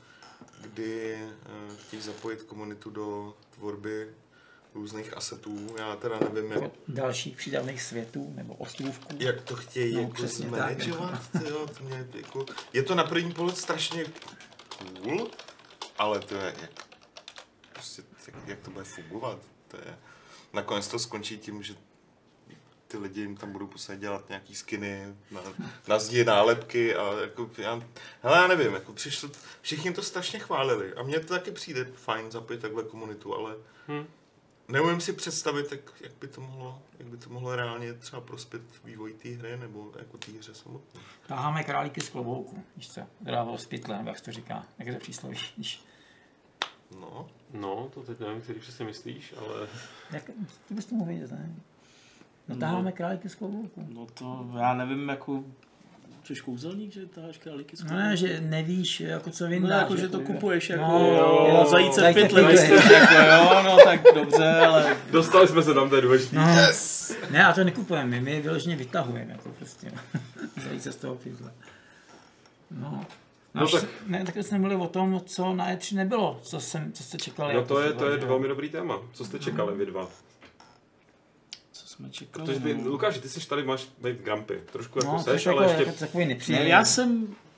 kdy chtějí zapojit komunitu do tvorby různých asetů. Já teda nevím, jak... Dalších přídavných světů nebo ostrůvků. Jak to chtějí no, jako zmanagovat, jo, to mě jako... Je to na první pohled strašně cool, ale to je jak... Prostě, jak, jak to bude fungovat, to je... Nakonec to skončí tím, že ty lidi jim tam budou prostě dělat nějaký skiny, na, na zdi nálepky a jako já, hele, já nevím, jako přišlo, všichni to strašně chválili a mně to taky přijde fajn zapojit takhle komunitu, ale hmm. neumím si představit, jak, jak, by to mohlo, jak by to mohlo reálně třeba prospět vývoj té hry nebo jako té hře samotné. Taháme králíky z klobouku, víš co, drávo z pytle, nebo jak to říká, jak je to přísloví, víš. No. No, to teď nevím, který přesně myslíš, ale... Jak, ty bys to mohl vědět, ne? No taháme no, králíky z klobouku. No to, já nevím, jako... Jsi kouzelník, že taháš králíky z klobouku? No ne, že nevíš, jako co vyndáš. No jako, že to kupuješ, jako no, jo, zajíce v pytli, jako jo, no tak dobře, ale... Dostali jsme se tam, to je důležitý. No, yes. Ne, a to nekupujeme, my je vyloženě vytahujeme, jako prostě. Zajíce z toho pytle. No. No, tak... Ne, tak jsme mluvili o tom, co na E tři nebylo, co, jsem, co jste čekali. No to je, to je velmi dobrý téma. Co jste čekali vy dva? Co jsme čekali? Protože ty, Lukáši, ty jsi tady, máš být Grumpy. Trošku no, jako seš, jako, ale ještě... Jako takový nepříjemný. Já jsem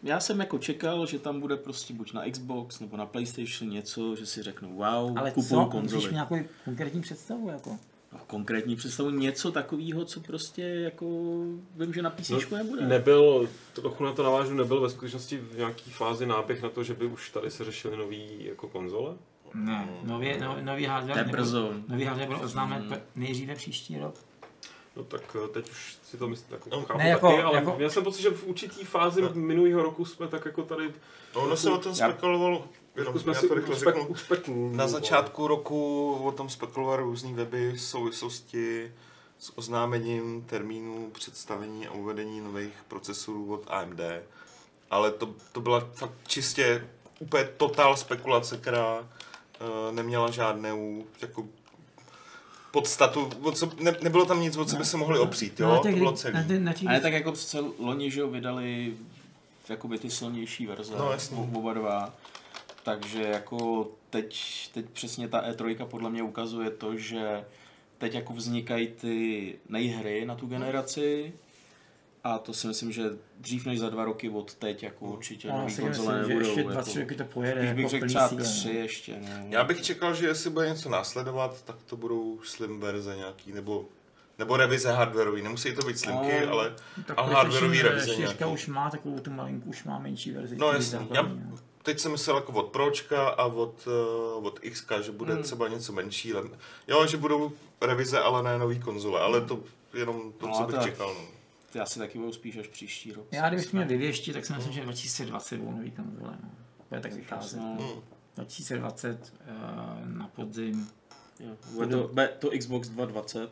já jsem jako čekal, že tam bude prostě buď na Xbox nebo na PlayStation něco, že si řeknu wow, Ale kupuju co? konzoli. Můžeš nějakou konkrétní představu? Jako? No, konkrétní představu něco takového, co prostě jako vím, že na P C No, nebude. Nebyl, trochu na to navážu, nebyl ve skutečnosti v nějaký fázi náběh na to, že by už tady se řešily nový jako konzole? Ne, nový, no, nový hardware Nebrzo. Nový hardware byl oznámen hmm. nejdříve příští rok. No tak teď už si to myslím, jako No, chápu ne, jako- taky, ale jako- měl jsem pocit, že v určitý fázi No. minulého roku jsme tak jako tady... No, ono se o tom spekulovalo, jenom jsme já si to rychle uspek, řeknu. uspeknul. Na začátku roku o tom spekulovaly různý weby v souvislosti s oznámením termínu představení a uvedení nových procesorů od A M D. Ale to, to byla fakt čistě úplně totál spekulace, která uh, neměla žádnou jako podstatu, o co, ne, nebylo tam nic, o co by se mohli opřít, jo? na To těch, bylo na celé. těch, na těch, Ale tak jako přece loni, že jo, vydali jakoby ty silnější verze, No, jasně. o- oba dva. Takže jako teď, teď přesně ta E tři podle mě ukazuje to, že teď jako vznikají ty nejhry na tu generaci a to si myslím, že dřív než za dva roky od teď jako určitě no, nový si konzole myslím, že nebudou. ještě dva, Jako, tři roky to pojede. spíš bych jako řekl plný třeba síle, tři no. ještě. Ne? Já bych čekal, že jestli bude něco následovat, tak to budou slim verze nějaký, nebo, nebo revize hardwareový. Nemusí to být slimky, No, ale, Tak ale hardwareový PlayStation revize čtyři nějaký. už má takovou tu malinku, už má menší verzi. No ty jasně, základní, já no. teď jsem myslel jako od Pročka a od, uh, od X, že bude Hmm. třeba něco menší. Ale, jo, že budou revize, ale ne nový konzole, ale to jenom to, No, co bych tak. čekal. No. Ty asi taky budou spíš až příští rok. Já kdybych měl vyvěštit, tak si myslím, že dva tisíce dvacet budou nový konzole. No. To je tak vycházet. No, Hmm. dva tisíce dvacet uh, na podzim. jo, bude to, bude to Xbox dvě stě dvacet.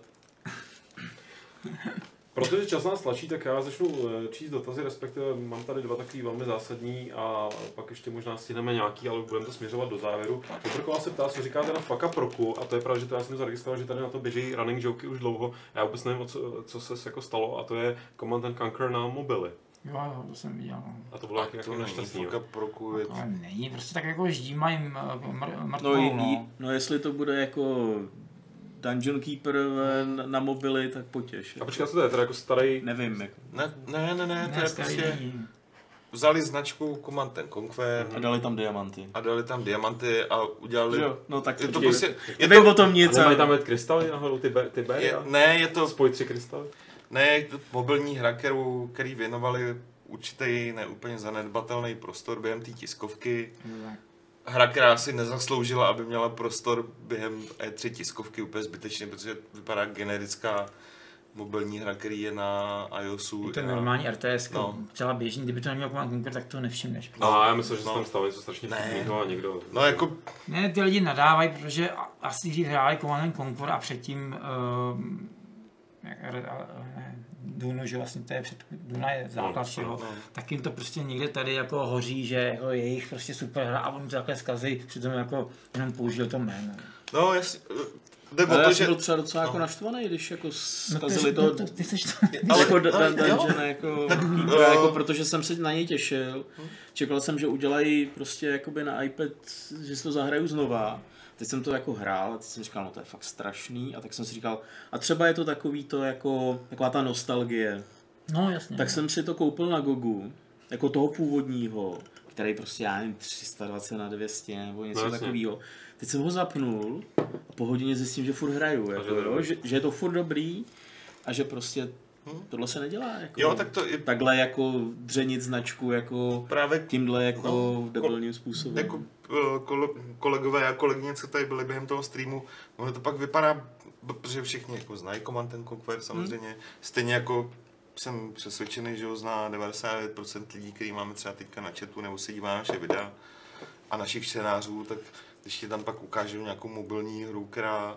Protože čas nás tlačí, tak já začnu eh, číst dotazy, respektive mám tady dva takový velmi zásadní a pak ještě možná stihneme nějaký, ale budeme to směřovat do závěru. Poprková se ptá, co říkáte na Faka Proku, a to je pravda, že to já jsem zaregistroval, že tady na to běží running joky už dlouho. Já vůbec nevím, o co, co se jako stalo, a to je Command and Conquer na mobily. Jo, jo, to jsem viděl. No. A to bylo jak, To jako není nešťastný. Faka Proku, je Ale není, prostě tak jako ždímají mr- mrtvou, No, no. no. no jestli to bude jako Dungeon Keeper na, na mobily, tak potěš. A počkej, co to je, teda jako starý... Nevím, jako. Ne, ne, ne, ne, to Ne, je starý prostě, není. vzali značku Command and Conquer A dali tam diamanty. a dali tam diamanty a udělali... Jo, no tak Je to počkej. prostě, je Nevím to, o tom A nic. nemají ale- tam jet krystaly nahoru, ty, be, ty je, bery? ne, je to Spoj tři krystaly? Ne, je to mobilní hra, kterou, který věnovali určitý neúplně zanedbatelný prostor během té tiskovky. Hra, která si nezasloužila, aby měla prostor během E tři tiskovky úplně zbytečně, protože vypadá generická mobilní hra, který je na iOSu. Je to a- normální R T S, No. no. celá běžný, kdyby to neměl Command Conquer, tak to nevšimneš. A já myslím, že se No. tam stalo něco strašně Ne. vtipného a někdo... No jako, Ne, ty lidi nadávají, protože a- asi dřív hráli Command and Conquer a předtím um, jak, a, ne, Dunu, že vlastně to je před, Duna je základ všeho, no. tak jim to prostě někde tady jako hoří, že jako je jejich prostě super hra a oni to takhle zkazí, přitom jako jenom použil to jméno. no jasně, jde o Ale to, já že... jsem byl třeba docela jako no. naštvaný, když jako No, zkazili ty, to, no, to, ty seš to, Ale- jako d- ale- d- jo. dungeon, jako, jo. keepera, jako, protože jsem se na něj těšil. Čekal jsem, že udělají prostě jakoby na iPad, že si to zahraju znova. Teď jsem to jako hrál a teď jsem říkal, no to je fakt strašný. A tak jsem si říkal, a třeba je to takový to jako, taková ta nostalgie. no jasně. Tak jsem si to koupil na Gogu, jako toho původního, který prostě, já nevím, tři sta dvacet na dvě stě nebo něco No, jasně. takového. Teď jsem ho zapnul a po hodině zjistím, že furt hraju, jako, že to je jo, dobrý. že, že je to furt dobrý a že prostě tohle se nedělá. Jako, Jo, tak to je takhle jako dřenit značku jako právě tímhle jako No, no, debilním způsobem. jako eh, kole, kolegové a kolegyně, co tady byli během toho streamu, ono to pak vypadá, protože všichni jako znají Command and Conquer samozřejmě, hmm. stejně jako jsem přesvědčený, že ho zná devadesát devět procent lidí, který máme třeba teďka na chatu nebo se dívá na naše videa a našich čtenářů, tak když ti tam pak ukážou nějakou mobilní hru, která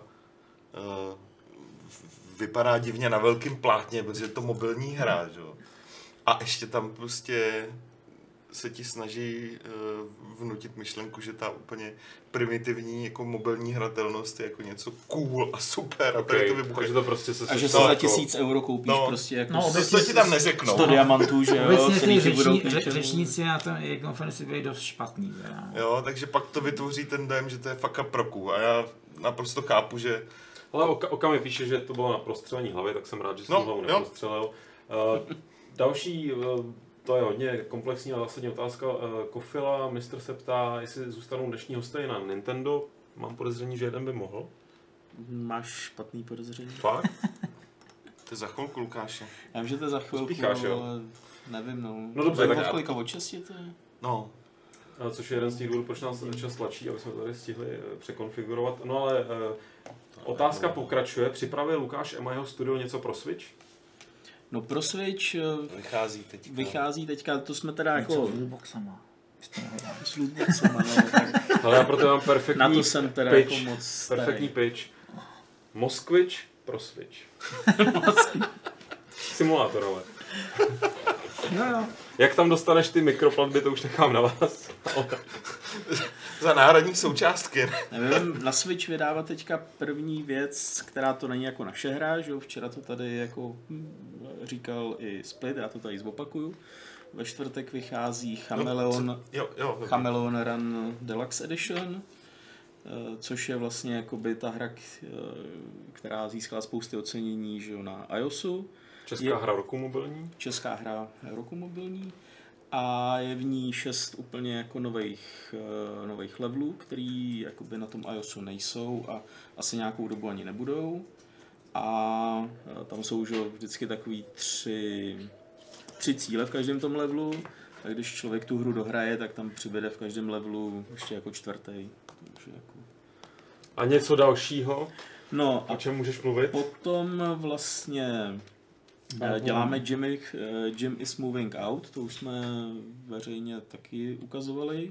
uh, vypadá divně na velkém plátně, protože je to mobilní hra, že? jo. A ještě tam prostě se ti snaží uh, vnutit myšlenku, že ta úplně primitivní jako mobilní hratelnost je jako něco cool a super a Okay, tady to vybuchne. takže to prostě se... A že No, se za jako- tisíc euro koupíš no, prostě jako no, To, obecně to ti tam neřeknou. sto diamantů, že jo, Obecně který ty ti budou řeční, ře, klíčem. řečníci na tom konferenci byli dost špatný. Teda. Jo, takže pak to vytvoří ten dojem, že to je fakt proku a já naprosto chápu, že Ale Oka, Oka mi píše, že to bylo na prostřelení hlavy, tak jsem rád, že jsem No, hlavu jo. neprostřelil. Uh, další uh, To je hodně komplexní a zásadní otázka. Kofila, mistr se ptá, jestli zůstanou dnešní hosté na Nintendo. Mám podezření, že jeden by mohl. Máš špatný podezření. Fakt? To je za chvilku, Lukáše. Já vím, že to je za chvilku, Spícháš, jo? ale nevím, no. No dobře, tak tak- od kolika, od šesti to je? No, A což je jeden z těch důvodů, proč nás čas tlačí, aby jsme to tady stihli eh, překonfigurovat. No ale eh, otázka pokračuje. Připravuje Lukáš a jeho studio něco pro Switch? No pro Switch eh, vychází teď. vychází teďka, to jsme teda Něco jako... s lootboxama. Jste nevěděli. S lootboxama, no, tak Ale já proto mám perfektní na to jsem teda pitch, jako moc starý. perfektní pitch. Moskvič pro Switch. Simulátor, ale. No jo. Jak tam dostaneš ty mikroplatby, to už nechám na vás. Za náhradní součástky. Nevím, na Switch vydává teďka první věc, která to není jako naše hra, že jo, včera to tady jako hm, říkal i Split, já to tady zopakuju. Ve čtvrtek vychází Chameleon, No, jo, jo. Chameleon Run Deluxe Edition, eh, což je vlastně jakoby ta hra, k- eh, která získala spousty ocenění, že jo, na iOSu. Česká Je- hra roku mobilní. Česká hra roku mobilní a je v ní šest úplně jako nových, uh, nových levelů, který jakoby na tom iOSu nejsou a asi nějakou dobu ani nebudou. A uh, tam jsou že, jo, vždycky takový tři, tři cíle v každém tom levelu. A když člověk tu hru dohraje, tak tam přibude v každém levelu ještě jako čtvrtý. Takže jako... A něco dalšího? No a O čem můžeš mluvit? potom vlastně eh, děláme Jimmy, eh, Jim is Moving Out, to už jsme veřejně taky ukazovali.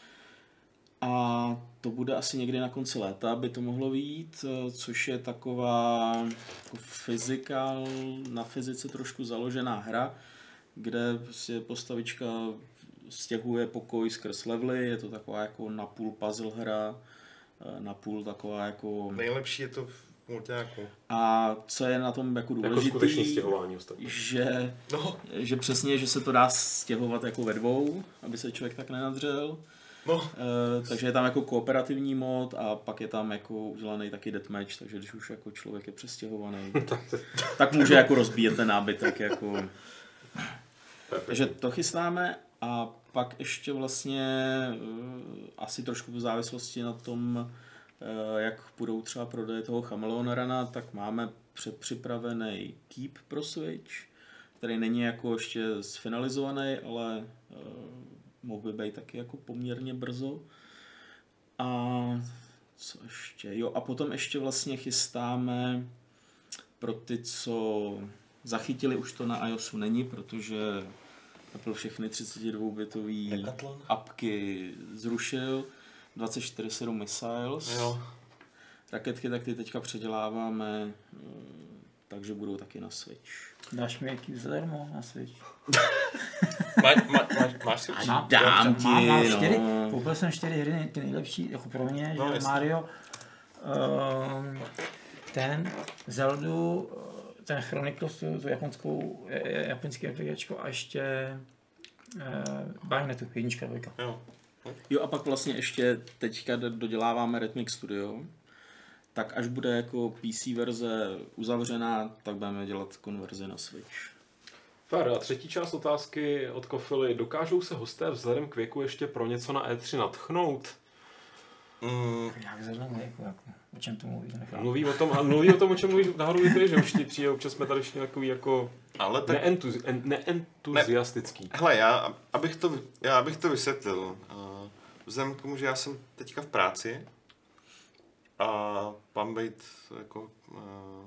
A to bude asi někdy na konci léta, by to mohlo vyjít, eh, což je taková jako fyzikál, na fyzice trošku založená hra, kde prostě postavička stěhuje pokoj skrz levely, je to taková jako napůl puzzle hra, eh, napůl taková jako... Nejlepší je to v multiáku. A co je na tom jako Jako skutečné důležitý, stěhování ostatně. že, No, že přesně, že se to dá stěhovat jako ve dvou, aby se člověk tak nenadřel. no. E, takže je tam jako kooperativní mod a pak je tam jako udělaný taky deathmatch, takže když už jako člověk je přestěhovaný, tak může jako rozbíjet ten nábytek. Jako. Takže to chystáme a pak ještě vlastně e, asi trošku v závislosti na tom, e, jak budou třeba prodeje toho Chameleon Runa, tak máme předpřipravený Keep pro Switch, který není jako ještě sfinalizovaný, ale e, mohl by být taky jako poměrně brzo. A co ještě? Jo, a potom ještě vlastně chystáme pro ty, co zachytili, už to na iOSu není, protože Apple všechny třicetidvoubitový Decathlon? apky zrušil. dvacet čtyři sedm Missiles. Jo. Raketky tak ty teďka předěláváme, takže budou taky na Switch. Dáš mi jaký zadarmo na Switch? Má, má, má, máš si určitě? Mám, dám ti, mám, mám no. čtyři, koupil jsem čtyři hry, ty nejlepší, jako pro mě, No, že jasně. Mario, um, ten, Zeldu, ten Chronicles, tu, tu japonskou, japonský RPGčko a ještě uh, Bayonetu, jednička, dvojka. Jo. Jo a pak vlastně ještě teďka doděláváme Rhythmic Studio, tak až bude jako P C verze uzavřená, tak budeme dělat konverzi na Switch. Fér, a třetí část otázky od Kofily. Dokážou se hosté vzhledem k věku ještě pro něco na E tři nadchnout? Mm, Jak zrovna jako, jako, o čem to mluví, to nechápu. Mluví o tom, a mluví o tom, o čem mluví náhodou i ty, že už ti přijde, občas jsme tady ještě takový jako ale tak, neentuzi, en, neentuziastický. hele, já, abych to, já abych to vysvětlil. Uh, vzhledem k tomu, že já jsem teďka v práci a mám být jako uh,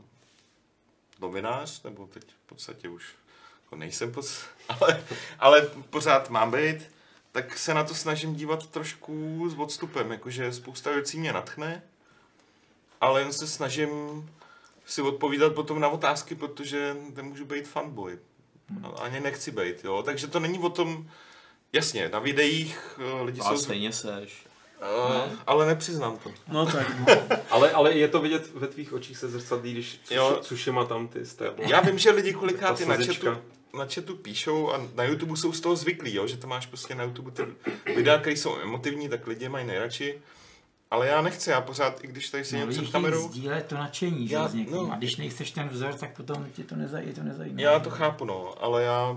novinář, nebo teď v podstatě už jako nejsem, poc, ale, ale pořád mám být, tak se na to snažím dívat trošku s odstupem, jakože spousta věcí mě natchne, ale jen se snažím si odpovídat potom na otázky, protože nemůžu být fanboy. Ani nechci být, jo. Takže to není o tom, jasně, na videích uh, lidi Ale jsou... stejně seš. Uh, ale nepřiznám to. No tak. Ale, ale je to vidět ve tvých očích se zrcadlí, když Jo. Tsushima tam ty stébla. Já vím, že lidi kolikrát Ta i na slzička. chatu, na chatu píšou a na YouTube jsou z toho zvyklí, jo, že to máš prostě na YouTube ty videa, které jsou emotivní, tak lidi mají nejradši. Ale já nechci, já pořád, i když tady sedím No, před lidi kamerou, sdílet to nadšení, že Já- s někým. no. A když nejseš ten vzor, tak potom tě to, nezaj, to nezajímá. já to chápu, no, ale já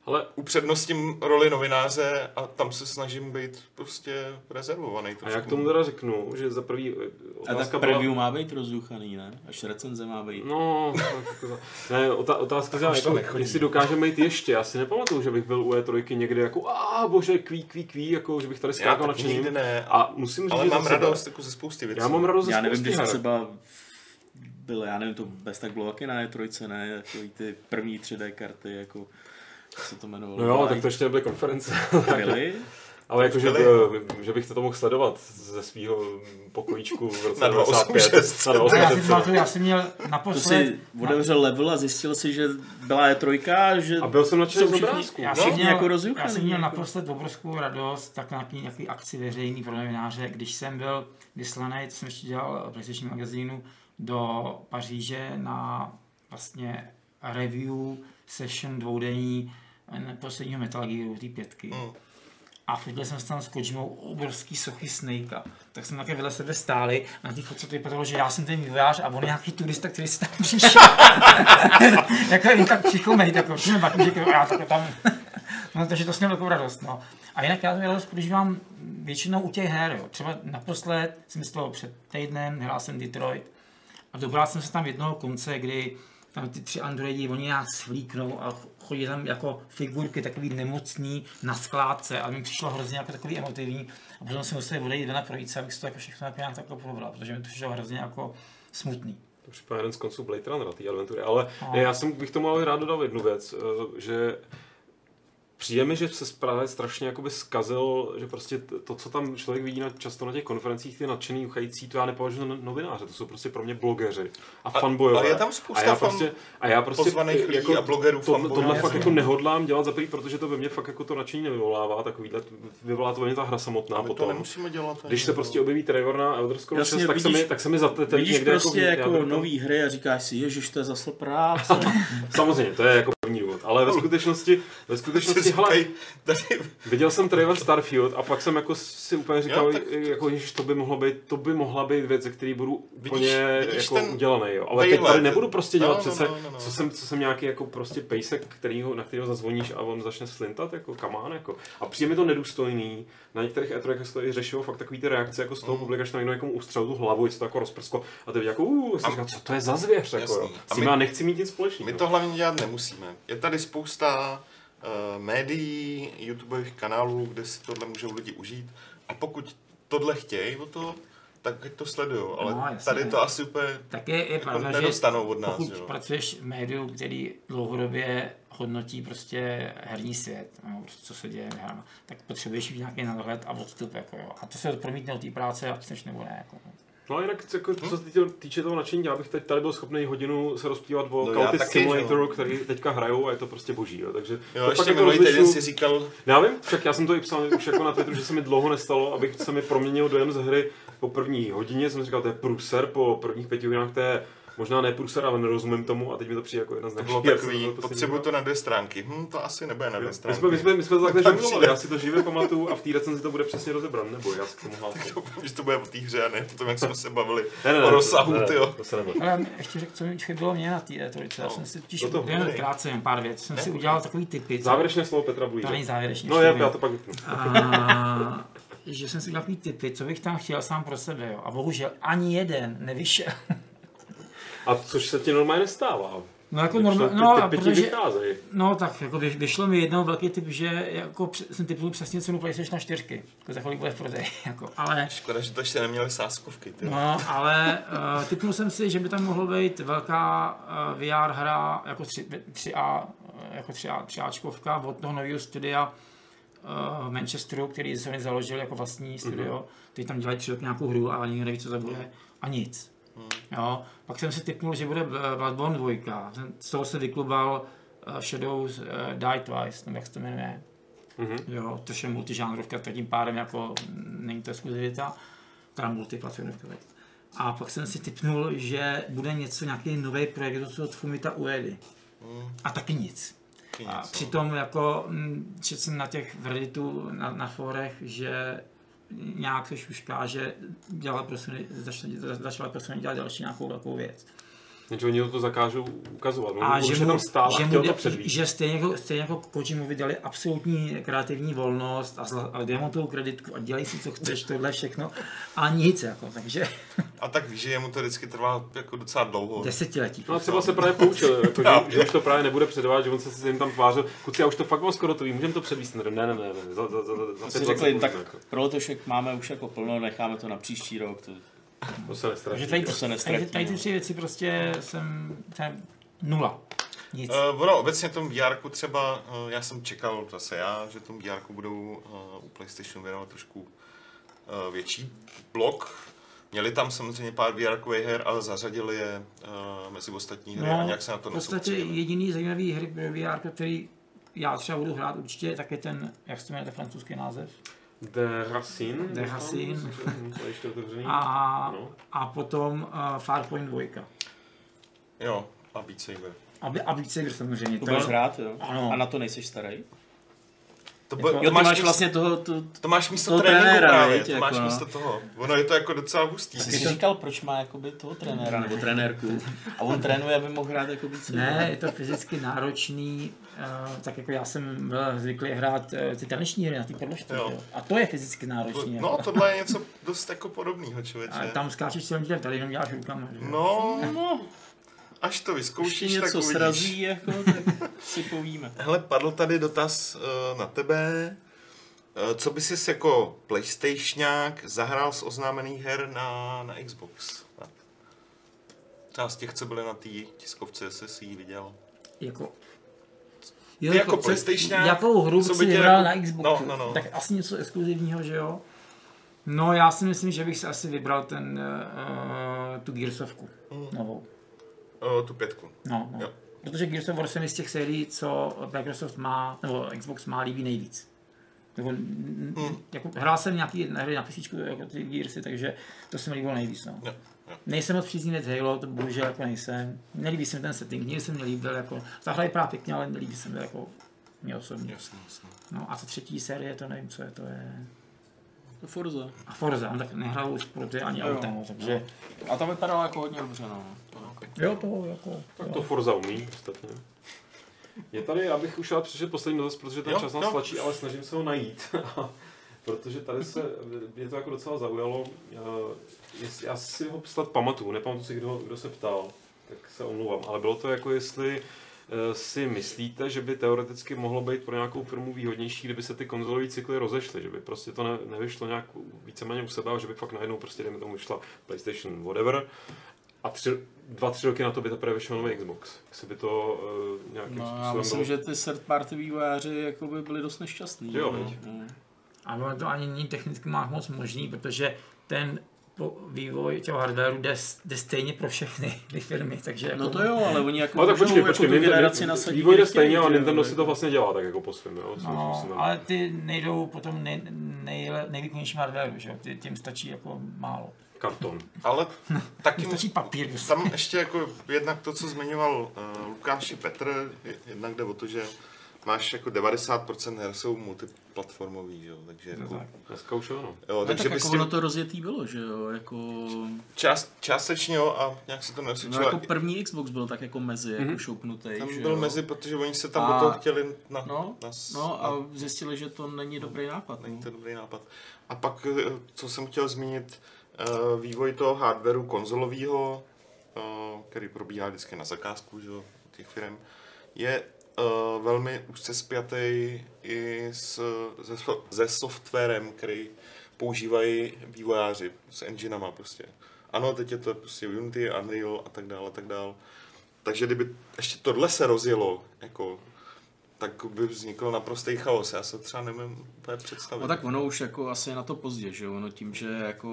Ale upřednostním roli novináře a tam se snažím být prostě rezervovaný. A já k tomu teda řeknu, že za prvý otázka a tak preview byla... má být rozduchaný, ne? Až recenze má být. No, ne, otázka je, jako, jestli dokážeme jít ještě. Já si nepamatuju, že bych byl u E tři někde jako a bože, kví, kví, kví, jako, že bych tady skákal nadšením. A musím říct, ale že mám radost jako ze spousty věcí. Já mám radost ze já spousty nevím, když třeba byl, já nevím, to bez tak bylo taky na E tři, ne? Jako ty první tři dé karty, jako se to jmenovalo. No jo, tak to ještě nebyly konference. Byly? Ale jako, že, že bych to mohl sledovat ze svého pokojíčku v roce na devadesát pět. Na já, si pamatuju, já jsem měl naposled... To si otevřel level a zjistil si, že byla E tři a že... A byl jsem nadšený z obrázku. Já, jsem měl, jako já jsem měl naposled obrovskou radost tak na nějaký akci veřejný pro novináře, když jsem byl vyslaný, to jsem ještě dělal PlayStation magazínu, do Paříže na vlastně review session dvoudenní posledního Metal Gearu, té pětky. Mm. A fotil jsem se tam s Kojimou obrovský sochy Snakea. Tak jsme také vedle sebe stáli a na té fotce to vypadalo, že já jsem ten vývojář a on je nějaký turista, který se tam přišel. Jako jim tak přichomejt, jako všem bakem, že já tak tam... No, takže to jsem měl takovou radost, no. A jinak já tu radost prožívám většinou u těch her, jo. Třeba naposled jsem myslel před týdnem, hrál jsem Detroit a dobral jsem se tam jednoho konce, kdy tam ty tři androidi, oni nějak svlíknou a chodí tam jako figurky takový nemocný na skládce a mi přišlo hrozně jako takový emotivní a potom jsem musel odejít na projíce, abych si to jako všechno jako nějak takhle probral, protože mi to přišlo hrozně jako smutný. To připadá jeden z konců Blade Runnera, té adventury, ale ne, já jsem bych tomu ale rád dodal jednu věc, že přijde mi, že se právě strašně jakoby zkazil, že prostě to, co tam člověk vidí na, často na těch konferencích, ty nadšený juchající, to já nepovažuji za novináře, to jsou prostě pro mě blogeři a fanbojové. Ale je tam spousta a prostě, a já prostě pozvaných lidí jako, a blogerů, to, fanbojů. Tohle fakt jako nehodlám dělat za prvý, protože to ve mně fakt jako to nadšení nevyvolává, takovýhle, vyvolá to ve mně ta hra samotná ale potom. To nemusíme dělat. Když se prostě objeví Trevor na Elder Scrolls šest, tak, vidíš, se mi, tak se mi za ten vidíš někde prostě jako, jako jako nový hry a říkáš si, ježiš, to je zase práce. Samozřejmě, to je jako první důvod, ale ve skutečnosti, ve skutečnosti, hele, viděl jsem trailer Starfield a fakt jsem jako si úplně říkal, jo, tak... jako, ježiš, to by mohlo být, to by mohla být věc, ze který budu úplně jako udělaný, jo. Ale teď tady nebudu prostě dělat no, přece, no, no, no. Co, jsem, co jsem nějaký jako prostě pejsek, kterýho, na kterého zazvoníš a on začne slintat, jako kamán, jako. A přijde mi to nedůstojný, na některých E tři se to i řešilo fakt takový ty reakce jako z toho mm. publika, že tam někdo někomu ustřelil tu hlavu, co to jako rozprsklo a teď jako, uh, a říkal, co to je za zvěř, jako, jo. S tím já nechci mít nic společného. My to hlavně dělat nemusíme. Je tady spousta Uh, médií, YouTubeových kanálů, kde si tohle můžou lidi užít. A pokud tohle chtějí o to, tak to sledujou. Ale no, tady to asi úplně tak je, je pravda, nedostanou od nás. Pokud jo. pracuješ v médiu, který dlouhodobě hodnotí prostě herní svět, no, co se děje nehrama, tak potřebuješ mít nějaký nadhled a odstup. Jako, jo. A to se promítne do té práce a chceš nebo ne. Jako. No a jinak, jako, co se týče toho nadšení, já bych teď tady byl schopný hodinu se rozpívat o no, County Simulatoru, který teďka hrajou a je to prostě boží. Jo. Takže jo, ještě jako minulý týden si říkal... Já vím, však já jsem to i psal už jako na Twitteru, že se mi dlouho nestalo, abych se mi proměnil dojem ze hry po první hodině. Jsem říkal, to je průser, po prvních pěti hodinách to je možná ne průser, ale nerozumím tomu a teď mi to přijde jako jedna z nejlepších. To bylo takový, potřebuji to na dvě stránky. Hm, to asi nebude na dvě stránky. My jsme, my jsme, my jsme to takhle žonglovali, já si to živě pamatuju a v té recenzi to bude přesně rozebran, nebo já si k tomu hlásím. Že to bude o té hře a ne o tom, jak jsme se bavili ne, ne, o rozsahu, ne, ne, to se nebude. Ale ještě řekl, co mi chybilo mě na té E tři. Já jsem si totiž jen krátce jen pár věc. Jsem si udělal takový typy. Závěrečné slovo Petra Bulíře. To není závěrečné. No já to pak vypnu. Že jsem si udělal takový typy, co bych tam chtěl sám pro sebe, jo. A bohužel ani jeden nevyšel. A což se ti normálně nestává. No jako normálně, no, protože, no tak jako vyšlo mi jednou velký typ, že jako jsem typnul přesně cenu PlayStation čtyři, jako za kolik bude v prodeji, jako, ale... Škoda, že to ještě neměli sáskovky, ty. No, ale uh, typnul jsem si, že by tam mohlo být velká uh, V R hra, jako tři A, jako tři Ačkovka od toho nového studia uh, v Manchesteru, který se založil jako vlastní studio, mm-hmm. který tam dělají tři roky nějakou hru a nikdo neví, co to bude, a nic. Hmm. Jo, pak jsem si tipnul, že bude Bloodborne dva. Z toho se vyklubal uh, Shadows uh, Die Twice, nebo jak se to jmenuje. Mm-hmm. Jo, to je multižánrovka, tak tím pádem jako není to exkluzivita, teda multiplatformovka. A pak jsem si tipnul, že bude něco, nějaký nový projekt od Fumita Uedy. Hmm. A taky nic. A přitom jako, četl jsem na těch v Redditu, na, na forech, že nějak se šušká, že dělala prostě, začala, začala prostě dělat další nějakou velkou věc. Jenže oni to zakážou ukazovat. A On že už mu, tam stál a že, chtěl mu, to předvít. že stejně jako, stejně jako Kojimu dali absolutní kreativní volnost a, zla, a demontovou kreditku a dělej si, co chceš, tohle všechno a nic, jako, takže A tak víš, že jemu to vždycky trvá jako docela dlouho. desetiletí. No a třeba se právě poučil, jako, že, že, už to právě nebude předávat, že on se si jim tam tvářil. Kuci, já už to fakt mám skoro to vím, můžeme to předvíst. Ne, ne, ne, ne, za, za, za, za si řekli, tak jako. Pro letošek máme už jako plno, necháme to na příští rok. To, to se nestratí. Takže tady, to se tady, tady, tady ty tři věci prostě jsem, jsem nula. Nic. Uh, ono obecně tom V R ku třeba, uh, já jsem čekal zase já, že tomu V R ku budou uh, u PlayStationu věnovat trošku uh, větší blok. Měli tam samozřejmě pár V R kových her, ale zařadili je uh, mezi ostatní hry no, a nějak se na to v podstatě nesoustředili. jediný zajímavý hry pro V R, který já třeba budu hrát určitě, tak je ten, jak se jmenuje ten francouzský název? The Racine. The Racine. To je ještě otevřený. A, no. a potom uh, Farpoint dva. Jo, a Beat Saber. A, a Beat Saber samozřejmě. To budeš hrát, jo? Ano. A na to nejseš starý? To, Jako- bo, Jo, to Jo, ty máš, máš místo, vlastně toho, to, to máš místo toho tréninku trenéra, právě, viď, to jako máš no. místo toho. Ono je to jako docela hustý. Ty jsi říkal, proč má jakoby toho trenéra nebo trenérku a on trénuje, aby mohl hrát jako víc. Ne, je to fyzicky náročný, uh, tak jako já jsem byl zvyklý hrát uh, ty taneční hry na ty podložce, Jo. jo. A to je fyzicky náročný. No, jako. tohle je něco dost jako podobného, člověče. A tam skáčeš celým tělem, tady jenom děláš rukama. Že? No, No, až to ještě vyzkoušíš, tak něco uvidíš. srazí, jako, tak si povíme. Hele, padl tady dotaz uh, na tebe. Uh, co by jsi jako PlayStationák zahrál z oznámených her na, na Xbox? Třeba z těch, co byly na té tiskovce, jestli jsi ji viděl. Jako, Ty jako PlayStationák, jakou hru co si by tě vybral jako- na Xboxu? No, no, no. Tak asi něco exkluzivního, že jo? No já si myslím, že bych si asi vybral ten, uh, tu Gearsovku Mm. novou. Uh, tu pětku. No, no. Jo. Protože Gears of War se mi z těch sérií, co Microsoft má, nebo Xbox má, líbí nejvíc. Jako, Hmm. jako, hrál jsem nějaký hry na písíčku, jako ty Gearsy, takže to se mi líbilo nejvíc. No. Jo, jo. Nejsem moc příznivec Halo, to bohužel jako nejsem. Nelíbí se mi ten setting, nikdy se mi nelíbil, jako, ta hra je právě pěkně, ale nelíbí se mi jako mě osobně. Jasně, jasně. No a ta třetí série, to nevím, co je, to je... To Forza. A Forza, no, tak nehraju sporty ani Jo. autem, no, takže... A to vypadalo jako hodně dobře, no. To, okay. Jo, to jako... Tak jo. to Forza umí, ostatně. Je tady, abych už ale přečet poslední dotaz, protože ten Jo, čas nás jo. tlačí, ale snažím se ho najít. Protože tady se, mě to jako docela zaujalo, jestli, já si ho snad pamatuju, nepamatuju si, kdo, kdo se ptal, tak se omlouvám, ale bylo to jako jestli si myslíte, že by teoreticky mohlo být pro nějakou firmu výhodnější, kdyby se ty konzolové cykly rozešly, že by prostě to ne, nevyšlo nějak víceméně u sebe, a že by fakt najednou prostě, dejme tomu, vyšla PlayStation whatever, a tři, dva, tři roky na to by teprve vyšel nový Xbox. Jestli by to uh, nějakým No, způsobem já myslím, bylo... že ty third party vývojáři jako by byli dost nešťastní. Jo, no. viď. No. A ono to ani není technicky má moc možný, protože ten po- vývoj toho hardwareu jde, jde stejně pro všechny ty firmy, takže jako... No to jo, ale oni jako No tak můžou počkej, jako počkej, tu Nintendo- generaci nasadit. vývoj jde kde chtějí, stejně, ale že jo, Nintendo jako- si to vlastně dělá tak jako po svém, jo? No, ale ty nejdou potom nej, nej, nejvýkonnějším hardwareu, že jo, Ty- tím stačí jako málo. Karton. Ale taky Tím stačí papír. prostě. tam ještě jako jednak to, co zmiňoval uh, Lukáš i Petr, je- jednak jde o to, že máš jako devadesát procent her jsou multiplatformový, že jo, takže No jako, tak. Dneska už jo, no. jo, No, takže tak bys jako tím ono to rozjetý bylo, že jo, jako... část, částečně jo a nějak se to No neosvědčilo. jako první Xbox byl tak jako mezi, jako Mhm. šoupnutej, Tam že byl jo. mezi, protože oni se tam A- do toho chtěli na, No, na, s- no na a zjistili, že to není dobrý nápad. není No. to dobrý nápad. A pak, eh, co jsem chtěl zmínit, eh, vývoj toho hardwareu konzolového, eh, který probíhá vždycky na zakázku, že jo, těch firm, je uh, velmi úzce spjatý i s, se, se softwarem, který používají vývojáři, s enginama prostě. Ano, teď je to prostě Unity, Unreal a tak dále, a tak dále. Takže kdyby ještě tohle se rozjelo, jako, tak by vznikl naprostý chaos. Já se třeba nemůžu úplně představit. No tak ono už jako asi je na to pozdě, že jo, ono tím, že jako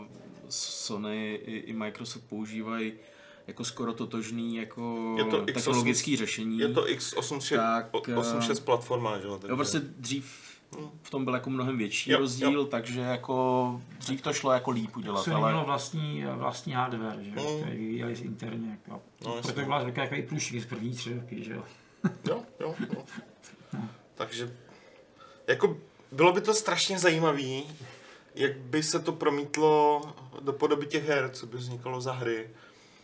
Sony i, i Microsoft používají jako skoro totožný jako Je to X technologický řešení. Je to X osmdesát šest, Tak, osmdesát šest platforma, že jo? Jo, prostě dřív v tom byl jako mnohem větší Jo, rozdíl, jo. takže jako dřív to šlo jako líp udělat, Sony ale... mělo vlastní, vlastní hardware, že jo, Mm. který vyvíjeli interně. Jako. No, jasně. Proto byla takový takový průšvih z první tři roky, že jo. Jo, jo, jo. Takže jako bylo by to strašně zajímavý, jak by se to promítlo do podoby těch her, co by vznikalo za hry.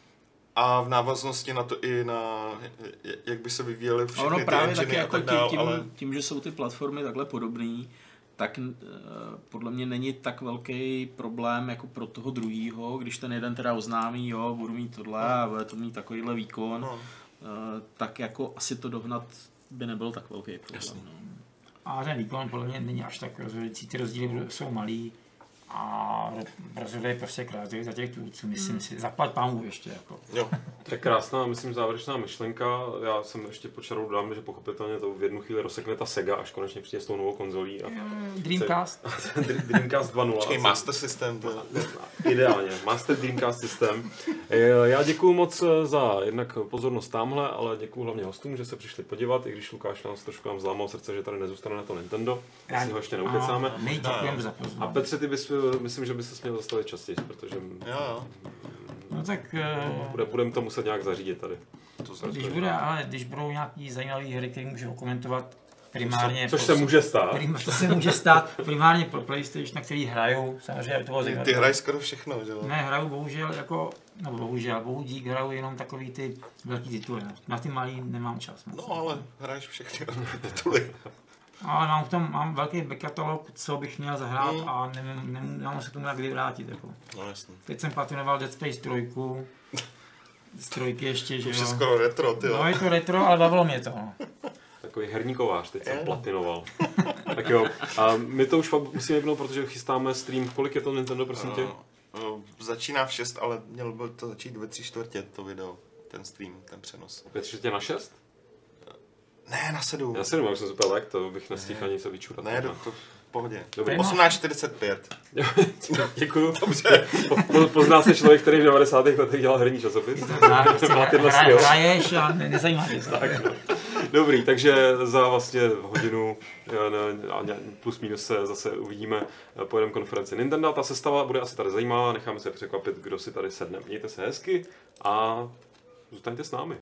A v návaznosti na to i na, jak by se vyvíjely všechny ono ty právě taky enginy a jako tak tím, dál, tím, ale... tím, že jsou ty platformy takhle podobné, tak uh, podle mě není tak velký problém jako pro toho druhýho, když ten jeden teda oznámí, jo, budu mít tohle a bude to mít takovýhle výkon, no. uh, tak jako asi to dohnat by nebyl tak velký problém. No. A ten výkon podle mě není až tak rozhodující, ty rozdíly jsou malý a rozhoduje prostě kreativita těch tvůrců, myslím si, zaplať pámu ještě jako. Jo. To je krásná, myslím, závěrečná myšlenka. Já jsem ještě po čaru dodám, že pochopitelně to v jednu chvíli rozsekne ta Sega, až konečně přijde s tou novou konzolí. A Dreamcast. Dreamcast dva nula. Počkej, Master System. To... Ideálně, Master Dreamcast System. Já děkuju moc za jednak pozornost tamhle, ale děkuju hlavně hostům, že se přišli podívat, i když Lukáš nás trošku nám zlámal srdce, že tady nezůstane na to Nintendo. Já si ho ještě neukecáme. My děkujeme za pozornost. A Petře, ty bys, myslím, že by se směl zastavit častěji, protože... Jo, jo. No tak... Bude, budeme to muset nějak zařídit tady. To když, bude, ale když budou nějaký zajímavé hry, které můžu komentovat primárně... Což se může stát. Prim, to se může stát primárně pro PlayStation, na který hraju. Samozřejmě to bylo Ty, ty hrají skoro všechno, že jo? Ne, hraju bohužel jako... No bohužel, bohu dík, hraju jenom takový ty velký tituly. Na ty malý nemám čas. No ale hraješ všechny tituly. Ale mám v tom mám velký backkatalog, co bych měl zahrát mm. a nevím, nevím, nemám se k tomu jak kdy vrátit. Jako. No jasně. Teď jsem platinoval Dead Space tři, z trojky ještě, že už jo. je skoro retro, ty jo. No je to retro, ale bavilo mě to. No. Takový herní kovář, teď jsem platinoval. Tak jo, a my to už musíme vypnout, protože chystáme stream. Kolik je to Nintendo, prosím tě? Uh, uh, začíná v šest, ale mělo by to začít ve tři čtvrtě, to video, ten stream, ten přenos. Ve tři čtvrtě na šest? Ne, na sedm. Na sedm, já už jsem super lek, to bych nestihl ani se vyčurat. Ne, to, to v pohodě. Dobrý. osmnáct čtyřicet pět. Děkuju. Dobře. Po, po, pozná se člověk, který v devadesátých letech dělal herní časopis. Hraješ a ne, nezajímá tě. Tak, no. Dobrý, takže za vlastně hodinu a plus minus se zase uvidíme, pojedeme konferenci Nintendo. Ta sestava bude asi tady zajímavá, necháme se překvapit, kdo si tady sedne. Mějte se hezky a zůstaňte s námi.